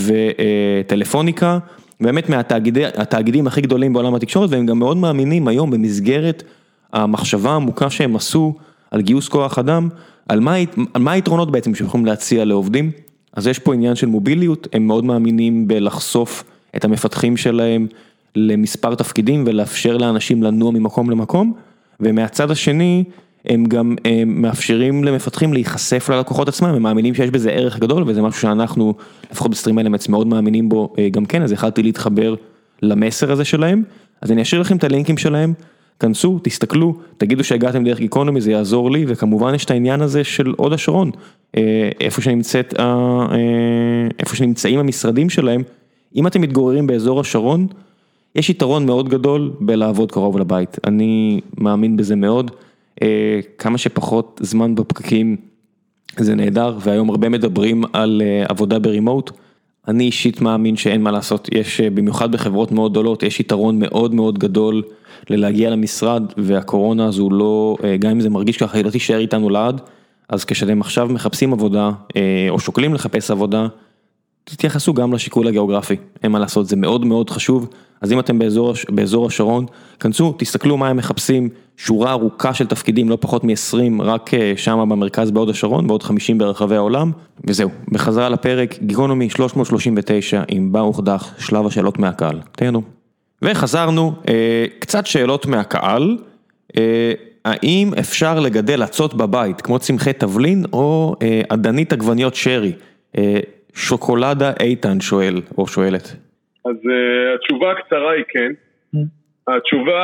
וטלפוניקה, באמת מהתאגידים הכי גדולים בעולם התקשורת, והם גם מאוד מאמינים היום במסגרת המחשבה העמוקה שהם עשו על גיוס כוח אדם, על מה, על מה היתרונות בעצם שיכולים להציע לעובדים. אז יש פה עניין של מוביליות, הם מאוד מאמינים בלחשוף את המפתחים שלהם למספר תפקידים ולאפשר לאנשים לנוע ממקום למקום, ומהצד השני הם גם הם מאפשרים למפתחים להיחשף ללקוחות עצמם, הם מאמינים שיש בזה ערך גדול, וזה משהו שאנחנו, לפחות בסטרים אלמנטס, מאוד מאמינים בו גם כן, אז החלטתי להתחבר למסר הזה שלהם, אז אני אשאיר לכם את הלינקים שלהם, כנסו, תסתכלו, תגידו שהגעתם דרך גיקונומי, זה יעזור לי, וכמובן יש את העניין הזה של הוד השרון, איפה שנמצאת, איפה שנמצאים המשרדים שלהם, אם אתם מתגוררים באזור השרון, יש יתרון מאוד גדול בלעבוד קרוב לבית, אני מאמין בזה מאוד, כמה שפחות זמן בפקקים זה נהדר, והיום הרבה מדברים על עבודה ברימוט, אני אישית מאמין שאין מה לעשות, יש במיוחד בחברות מאוד גדולות, יש יתרון מאוד מאוד גדול ללהגיע למשרד, והקורונה הזו לא, גם אם זה מרגיש ככה, היא לא תישאר איתנו לעד, אז כשאתם עכשיו מחפשים עבודה, או שוקלים לחפש עבודה, תתייחסו גם לשיקול הגיאוגרפי, אין מה לעשות, זה מאוד מאוד חשוב, אז אם אתם באזור, באזור השרון, כנסו, תסתכלו מה הם מחפשים, שורה ארוכה של תפקידים, לא פחות מ-עשרים, רק שם במרכז בהוד השרון, בעוד חמישים ברחבי העולם, וזהו, בחזרה לפרק, גיקונומי שלוש מאות שלושים ותשע, עם ברוך דך, שלב השאלות מהקהל, תהנו. וחזרנו, אה, קצת שאלות מהקהל, אה, האם אפשר לגדל עצות בבית, כמו צמחי תבלין, או אה, עדנית עגבניות שרי, אה, שוקולדה איתן שואל, או שואלת. אז uh, התשובה הקצרה היא כן. התשובה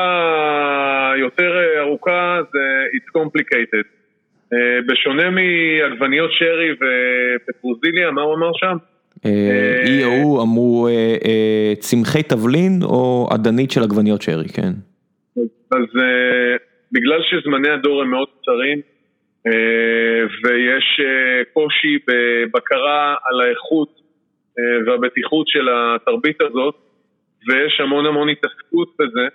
יותר ארוכה זה it's complicated. Uh, בשונה מעגבניות שרי ופטרוזיליה, מה הוא אמר שם? אי או הוא אמרו צמחי תבלין או עדנית של עגבניות שרי, כן. אז uh, בגלל שזמני הדור הם מאוד קצרים, uh, ויש uh, קושי בבקרה על האיכות, והבטיחות של התרבית הזאת, ויש המון המון התעסקות בזה,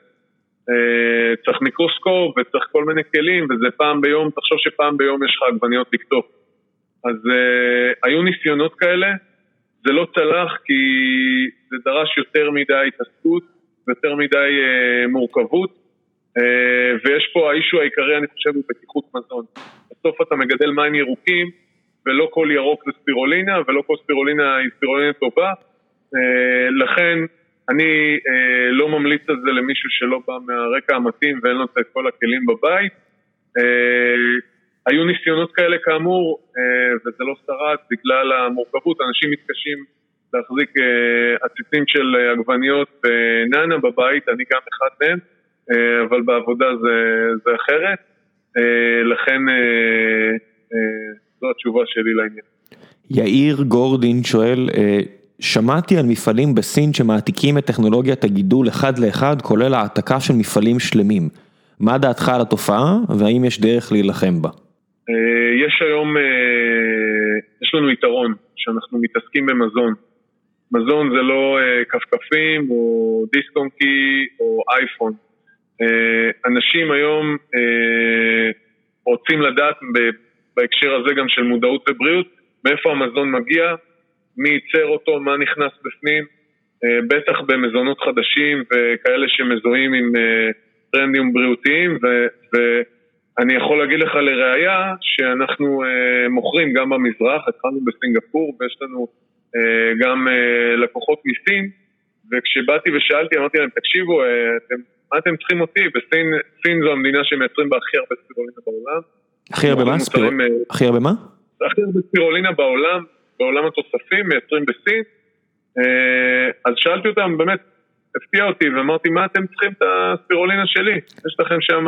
צריך מיקרוסקופ וצריך כל מיני כלים, וזה פעם ביום, תחשוב שפעם ביום יש לך עגבניות לקטוף. אז היו ניסיונות כאלה, זה לא צלח כי זה דרש יותר מדי התעסקות, ויותר מדי מורכבות, ויש פה האישו העיקרי, אני חושב, הוא בטיחות מזון. בסוף אתה מגדל מים ירוקים, ולא כל ירוק זה ספירולינה, ולא כל ספירולינה היא ספירולינה טובה, לכן אני לא ממליץ על זה למישהו שלא בא מהרקע המתאים ואין לו את כל הכלים בבית. היו ניסיונות כאלה כאמור, וזה לא שרד בגלל המורכבות, אנשים מתקשים להחזיק עציצים של עגבניות בננה בבית, אני גם אחד מהם, אבל בעבודה זה, זה אחרת, לכן זו התשובה שלי לעניין. יאיר גורדין שואל, שמעתי על מפעלים בסין שמעתיקים את טכנולוגיית הגידול אחד לאחד, כולל העתקה של מפעלים שלמים. מה דעתך על התופעה, והאם יש דרך להילחם בה? יש היום, יש לנו יתרון, שאנחנו מתעסקים במזון. מזון זה לא כפכפים, או דיסק-און-קי, או אייפון. אנשים היום רוצים לדעת בהקשר הזה גם של מודעות ובריאות, מאיפה המזון מגיע, מי ייצר אותו, מה נכנס בפנים, בטח במזונות חדשים וכאלה שמזוהים עם טרנדים בריאותיים, ואני יכול להגיד לך לראיה שאנחנו מוכרים גם במזרח, התחלנו בסינגפור ויש לנו גם לקוחות מסין, וכשבאתי ושאלתי אמרתי להם, תקשיבו, אתם, מה אתם צריכים אותי? בסין, סין זו המדינה שמייצרים בה הכי הרבה ספירולינה בעולם. הכי הרבה מה? הכי הרבה מה? הכי הרבה ספירולינה בעולם, בעולם התוספים, מייצרים בסין. אז שאלתי אותם, באמת, הפתיע אותי, ואמרתי, מה אתם צריכים את הספירולינה שלי? יש לכם שם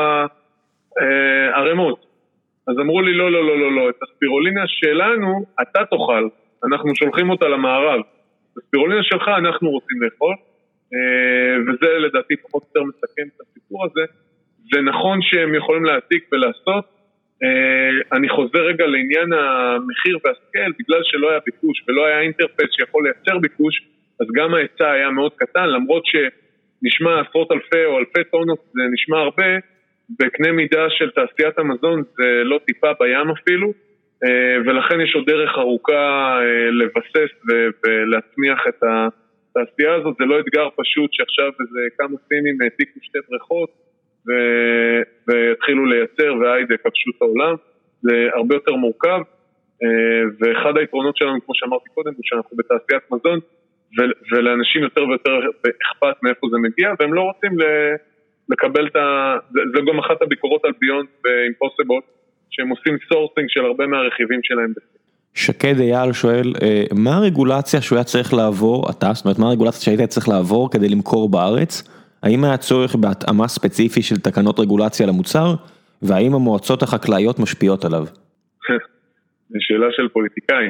ערמות. אז אמרו לי, לא, לא, לא, לא, לא, את הספירולינה שלנו, אתה תאכל, אנחנו שולחים אותה למערב. הספירולינה שלך אנחנו רוצים לאכול, וזה לדעתי פחות יותר מסכם את הסיפור הזה. זה נכון שהם יכולים להעתיק ולעשות, אני חוזר רגע לעניין המחיר והסקל, בגלל שלא היה ביקוש ולא היה אינטרפס שיכול לייצר ביקוש, אז גם ההיצע היה מאוד קטן, למרות נשמע עשרות אלפי או אלפי טונות, זה נשמע הרבה, בקנה מידה של תעשיית המזון זה לא טיפה בים אפילו, ולכן יש עוד דרך ארוכה לבסס ולהצמיח את התעשייה הזאת. זה לא אתגר פשוט שעכשיו איזה כמה סינים העתיקו שתי בריכות והתחילו לייצר והיידה כבשו את העולם. זה הרבה יותר מורכב, ואחד היתרונות שלנו, כמו שאמרתי קודם, הוא שאנחנו בתעשיית מזון, ולאנשים יותר ויותר אכפת מאיפה זה מגיע, והם לא רוצים לקבל את ה... זה גם אחת הביקורות על ביונד ואימפוסיבול, שהם עושים סורסינג של הרבה מהרכיבים שלהם. שקד אייל שואל, מה הרגולציה שהוא היה צריך לעבור, אתה, זאת אומרת, מה הרגולציה שהיית צריך לעבור כדי למכור בארץ? האם היה צורך בהתאמה ספציפי של תקנות רגולציה למוצר, והאם המועצות החקלאיות משפיעות עליו? זו שאלה של פוליטיקאים.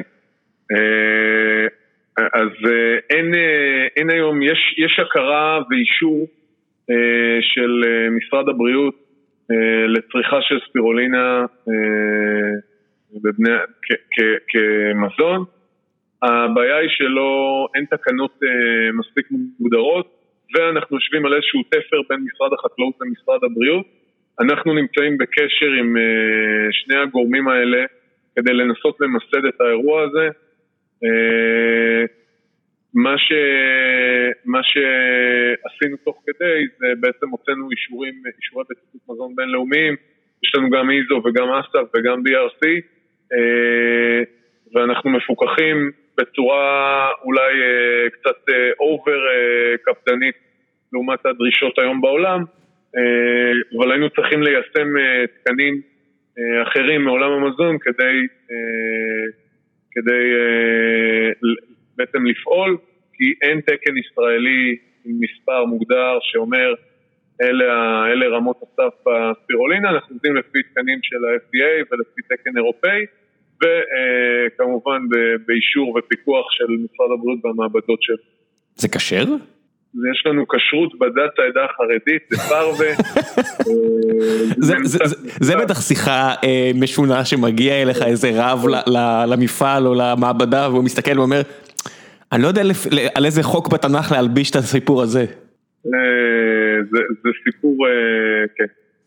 אז אין, אין היום, יש, יש הכרה ואישור של משרד הבריאות לצריכה של ספירולינה בבני, כ, כ, כמזון. הבעיה היא שלא, אין תקנות מספיק מוגדרות, ואנחנו יושבים על איזשהו תפר בין משרד החקלאות ומשרד הבריאות. אנחנו נמצאים בקשר עם שני הגורמים האלה, כדי לנסות למסד את האירוע הזה. מה ש... מה שעשינו תוך כדי, זה בעצם הוצאנו אישורים, אישורי בטיחות מזון בינלאומיים, יש לנו גם איזו וגם אסאפ וגם בי אר סי, ואנחנו מפוקחים בצורה אולי קצת אובר קפדנית, לעומת הדרישות היום בעולם, אבל היינו צריכים ליישם תקנים אחרים מעולם המזון כדי, כדי בעצם לפעול, כי אין תקן ישראלי עם מספר מוגדר שאומר אלה, אלה רמות הסף בספירולינה. אנחנו עובדים לפי תקנים של ה-אף די איי ולפי תקן אירופאי, וכמובן באישור ופיקוח של משרד הבריאות והמעבדות של. זה כשר? יש לנו כשרות בדת העדה החרדית, זה פרווה. זה בטח שיחה משונה שמגיע אליך איזה רב למפעל או למעבדה, והוא מסתכל ואומר, אני לא יודע על איזה חוק בתנ"ך להלביש את הסיפור הזה. זה סיפור, כן.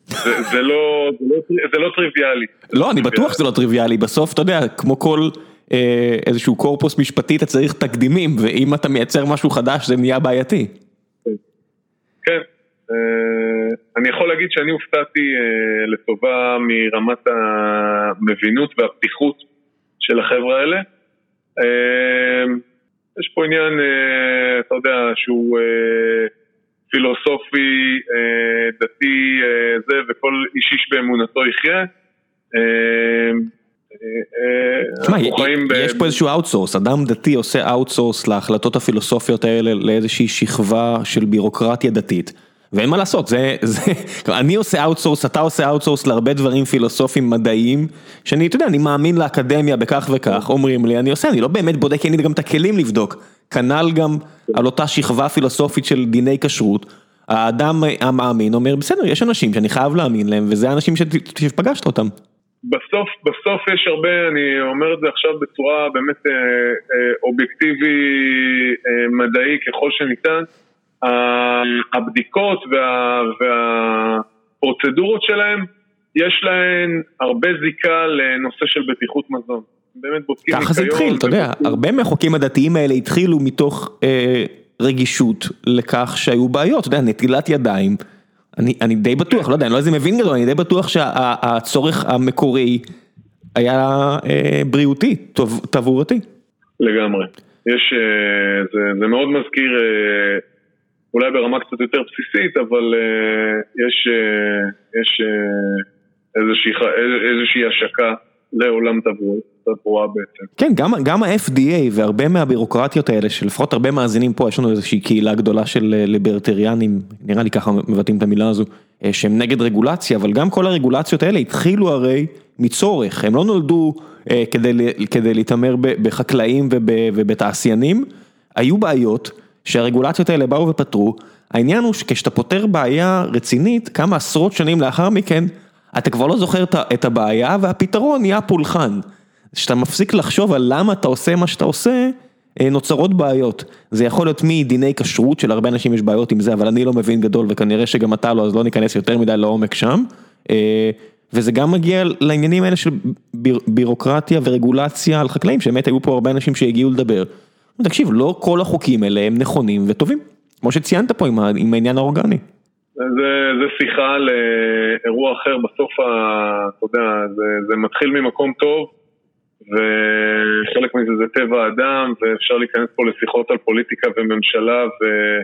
זה לא טריוויאלי. לא, אני בטוח שזה לא טריוויאלי. בסוף, אתה יודע, כמו כל איזשהו קורפוס משפטי, אתה צריך תקדימים, ואם אתה מייצר משהו חדש, זה נהיה בעייתי. כן. אני יכול להגיד שאני הופתעתי לטובה מרמת המבינות והפתיחות של החבר'ה האלה. יש פה עניין, אתה יודע, שהוא פילוסופי, דתי, זה, וכל איש איש באמונתו יחיה. תשמע, יש פה איזשהו אאוטסורס, אדם דתי עושה אאוטסורס להחלטות הפילוסופיות האלה לאיזושהי שכבה של בירוקרטיה דתית, ואין מה לעשות, זה, זה, אני עושה אאוטסורס, אתה עושה אאוטסורס להרבה דברים פילוסופיים מדעיים, שאני, אתה יודע, אני מאמין לאקדמיה בכך וכך, אומרים לי, אני עושה, אני לא באמת בודק, אין לי גם את הכלים לבדוק, כנ"ל גם על אותה שכבה פילוסופית של דיני כשרות, האדם המאמין אומר, בסדר, יש אנשים שאני חייב להאמין להם, וזה האנשים שפגשת אותם. בסוף, בסוף יש הרבה, אני אומר את זה עכשיו בצורה באמת אה, אה, אובייקטיבי, אה, מדעי ככל שניתן, הבדיקות וה, והפרוצדורות שלהם, יש להן הרבה זיקה לנושא של בטיחות מזון. באמת בודקים ככה זה התחיל, אתה יודע, הרבה מהחוקים הדתיים האלה התחילו מתוך אה, רגישות לכך שהיו בעיות, אתה יודע, נטילת ידיים, אני, אני די בטוח, לא יודע, אני לא איזה מבין גדול, אני די בטוח שהצורך המקורי היה אה, בריאותי, טוב, תעבורתי. לגמרי. יש, אה, זה, זה מאוד מזכיר, אה, אולי ברמה קצת יותר בסיסית, אבל אה, יש, אה, יש אה, איזושהי, איזושהי השקה לעולם תעבורתי. כן, גם, גם ה-אף די איי והרבה מהבירוקרטיות האלה, שלפחות הרבה מאזינים פה, יש לנו איזושהי קהילה גדולה של ליברטריאנים, נראה לי ככה מבטאים את המילה הזו, שהם נגד רגולציה, אבל גם כל הרגולציות האלה התחילו הרי מצורך, הם לא נולדו אה, כדי, כדי להתאמר בחקלאים וב, ובתעשיינים, היו בעיות שהרגולציות האלה באו ופתרו, העניין הוא שכשאתה פותר בעיה רצינית, כמה עשרות שנים לאחר מכן, אתה כבר לא זוכר את הבעיה, והפתרון נהיה פולחן. שאתה מפסיק לחשוב על למה אתה עושה מה שאתה עושה, נוצרות בעיות. זה יכול להיות מדיני כשרות, של הרבה אנשים יש בעיות עם זה, אבל אני לא מבין גדול, וכנראה שגם אתה לא, אז לא ניכנס יותר מדי לעומק שם. וזה גם מגיע לעניינים האלה של בירוקרטיה ורגולציה על חקלאים, שבאמת היו פה הרבה אנשים שהגיעו לדבר. תקשיב, לא כל החוקים האלה הם נכונים וטובים, כמו שציינת פה עם, עם העניין האורגני. זה, זה שיחה לאירוע אחר, בסוף, ה, אתה יודע, זה, זה מתחיל ממקום טוב, וחלק מזה זה טבע האדם, ואפשר להיכנס פה לשיחות על פוליטיקה וממשלה ו,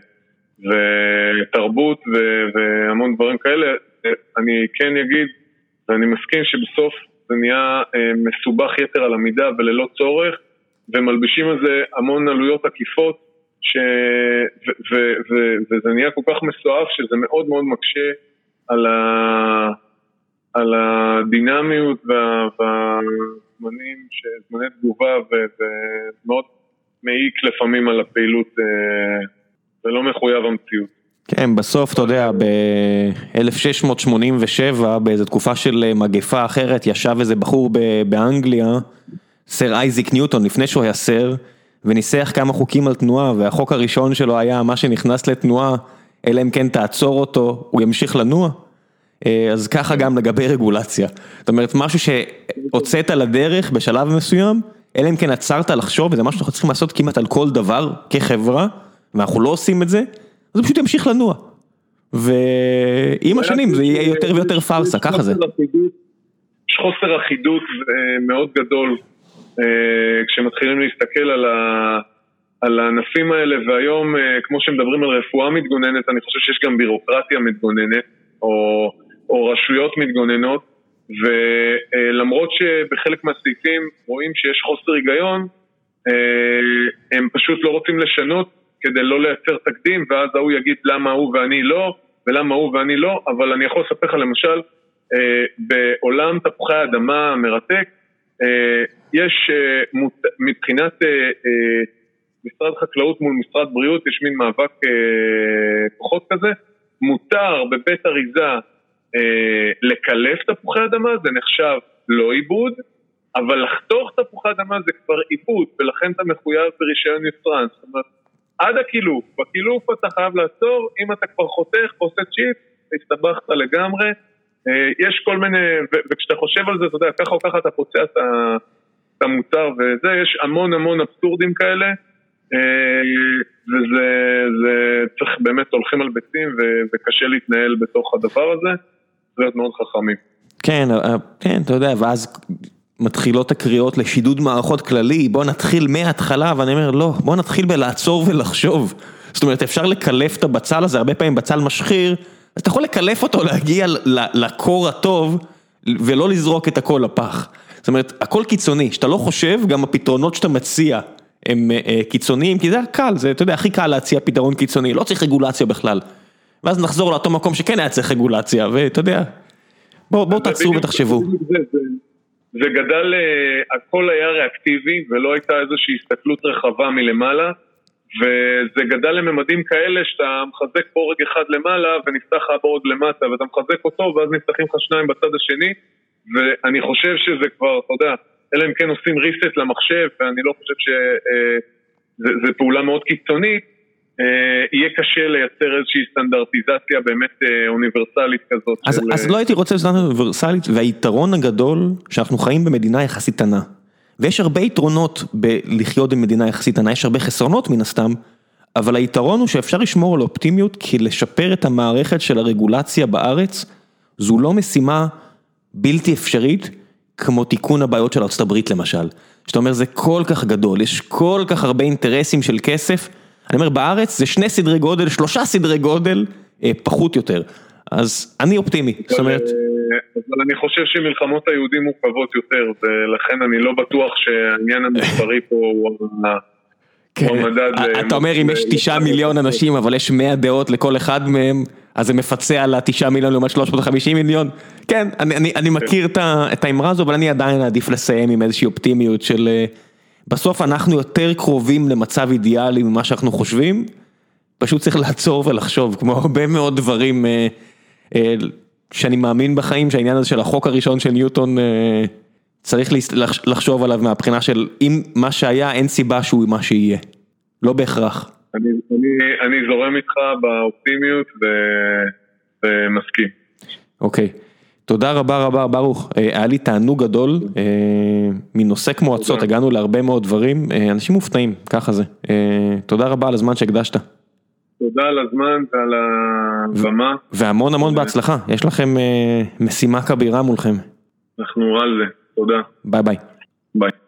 ותרבות ו, והמון דברים כאלה. אני כן אגיד, ואני מסכים שבסוף זה נהיה מסובך יתר על המידה וללא צורך, ומלבישים על זה המון עלויות עקיפות, ש... ו... ו... ו... וזה נהיה כל כך מסועף שזה מאוד מאוד מקשה על, ה... על הדינמיות וה... והזמנים, זמני תגובה, ו... ומאוד מעיק לפעמים על הפעילות, ולא מחויב המציאות. כן, בסוף אתה יודע, ב-אלף שש מאות שמונים ושבע, באיזו תקופה של מגפה אחרת, ישב איזה בחור באנגליה, סר אייזיק ניוטון, לפני שהוא היה סר, וניסח כמה חוקים על תנועה, והחוק הראשון שלו היה מה שנכנס לתנועה, אלא אם כן תעצור אותו, הוא ימשיך לנוע. אז ככה גם לגבי רגולציה. זאת אומרת, משהו שהוצאת לדרך בשלב מסוים, אלא אם כן עצרת לחשוב, וזה משהו שאנחנו צריכים לעשות כמעט על כל דבר, כחברה, ואנחנו לא עושים את זה, אז הוא פשוט ימשיך לנוע. ועם השנים זה יהיה יותר ויותר פרסה, ככה זה. יש חוסר אחידות מאוד גדול, כשמתחילים להסתכל על ה... על הענפים האלה, והיום, כמו שמדברים על רפואה מתגוננת, אני חושב שיש גם בירוקרטיה מתגוננת, או, או רשויות מתגוננות, ולמרות שבחלק מהסעיפים רואים שיש חוסר היגיון, הם פשוט לא רוצים לשנות, כדי לא לייצר תקדים, ואז הוא יגיד למה הוא ואני לא, ולמה הוא ואני לא, אבל אני יכול לספר לך למשל, בעולם תפוחי האדמה המרתק, יש מבחינת משרד חקלאות מול משרד בריאות, יש מין מאבק כוחות כזה, מותר בבית אריזה לקלף תפוחי אדמה, זה נחשב לא עיבוד, אבל לחתוך תפוחי אדמה זה כבר עיבוד, ולכן אתה מחויב ברישיון יצרן, זאת אומרת, עד הקילוף, בקילוף אתה חייב לעצור, אם אתה כבר חותך, עושה צ'יפ, הסתבכת לגמרי, יש כל מיני, וכשאתה חושב על זה, אתה יודע, ככה או ככה אתה פוצע את המוצר וזה, יש המון המון אבסורדים כאלה, וזה זה צריך באמת הולכים על ביצים, וקשה להתנהל בתוך הדבר הזה, זה להיות מאוד חכמים. כן, כן, אתה יודע, ואז מתחילות הקריאות לשידוד מערכות כללי, בוא נתחיל מההתחלה, ואני אומר, לא, בוא נתחיל בלעצור ולחשוב. זאת אומרת, אפשר לקלף את הבצל הזה, הרבה פעמים בצל משחיר, אז אתה יכול לקלף אותו, להגיע לקור הטוב, ולא לזרוק את הכל לפח. זאת אומרת, הכל קיצוני, שאתה לא חושב, גם הפתרונות שאתה מציע, הם קיצוניים, כי זה הקל, זה, אתה יודע, הכי קל להציע פתרון קיצוני, לא צריך רגולציה בכלל. ואז נחזור לאותו מקום שכן היה צריך רגולציה, ואתה יודע, בואו בוא תעצרו ותחשבו. זה גדל, הכל היה ריאקטיבי, ולא הייתה איזושהי הסתכלות רחבה מלמעלה, וזה גדל לממדים כאלה שאתה מחזק בורג אחד למעלה, ונפתח הבורג למטה, ואתה מחזק אותו, ואז נפתחים לך שניים בצד השני, ואני חושב שזה כבר, אתה יודע, אלא אם כן עושים ריסט למחשב, ואני לא חושב שזה פעולה מאוד קיצונית, יהיה קשה לייצר איזושהי סטנדרטיזציה באמת אוניברסלית כזאת. אז, של... אז לא הייתי רוצה סטנדרט אוניברסלית, והיתרון הגדול שאנחנו חיים במדינה יחסית קטנה, ויש הרבה יתרונות בלחיות במדינה יחסית קטנה, יש הרבה חסרונות מן הסתם, אבל היתרון הוא שאפשר לשמור על אופטימיות, כי לשפר את המערכת של הרגולציה בארץ, זו לא משימה בלתי אפשרית, כמו תיקון הבעיות של ארצות הברית למשל. שאתה אומר, זה כל כך גדול, יש כל כך הרבה אינטרסים של כסף, אני אומר, בארץ זה שני סדרי גודל, שלושה סדרי גודל, אה, פחות יותר. אז אני אופטימי, זאת אומרת... אבל אני חושב שמלחמות היהודים מורכבות יותר, ולכן אני לא בטוח שהעניין המספרי פה הוא המדד... אתה אומר, אם יש תשעה מיליון אנשים, אבל יש מאה דעות לכל אחד מהם, אז זה מפצע על התשעה מיליון לעומת שלוש מאות וחמישים מיליון. כן, אני, אני, אני מכיר את האמרה הזו, אבל אני עדיין עדיף לסיים עם איזושהי אופטימיות של... בסוף אנחנו יותר קרובים למצב אידיאלי ממה שאנחנו חושבים, פשוט צריך לעצור ולחשוב, כמו הרבה מאוד דברים שאני מאמין בחיים, שהעניין הזה של החוק הראשון של ניוטון צריך לחשוב עליו מהבחינה של אם מה שהיה אין סיבה שהוא מה שיהיה, לא בהכרח. אני, אני, אני זורם איתך באופטימיות ו, ומסכים. אוקיי, תודה רבה רבה ברוך, היה לי תענוג גדול, מנושא כמו מועצות, הגענו להרבה מאוד דברים, אנשים מופתעים, ככה זה. תודה רבה על הזמן שהקדשת. תודה על הזמן ועל הבמה. והמון המון בהצלחה, יש לכם משימה כבירה מולכם. אנחנו על זה, תודה. ביי ביי. ביי.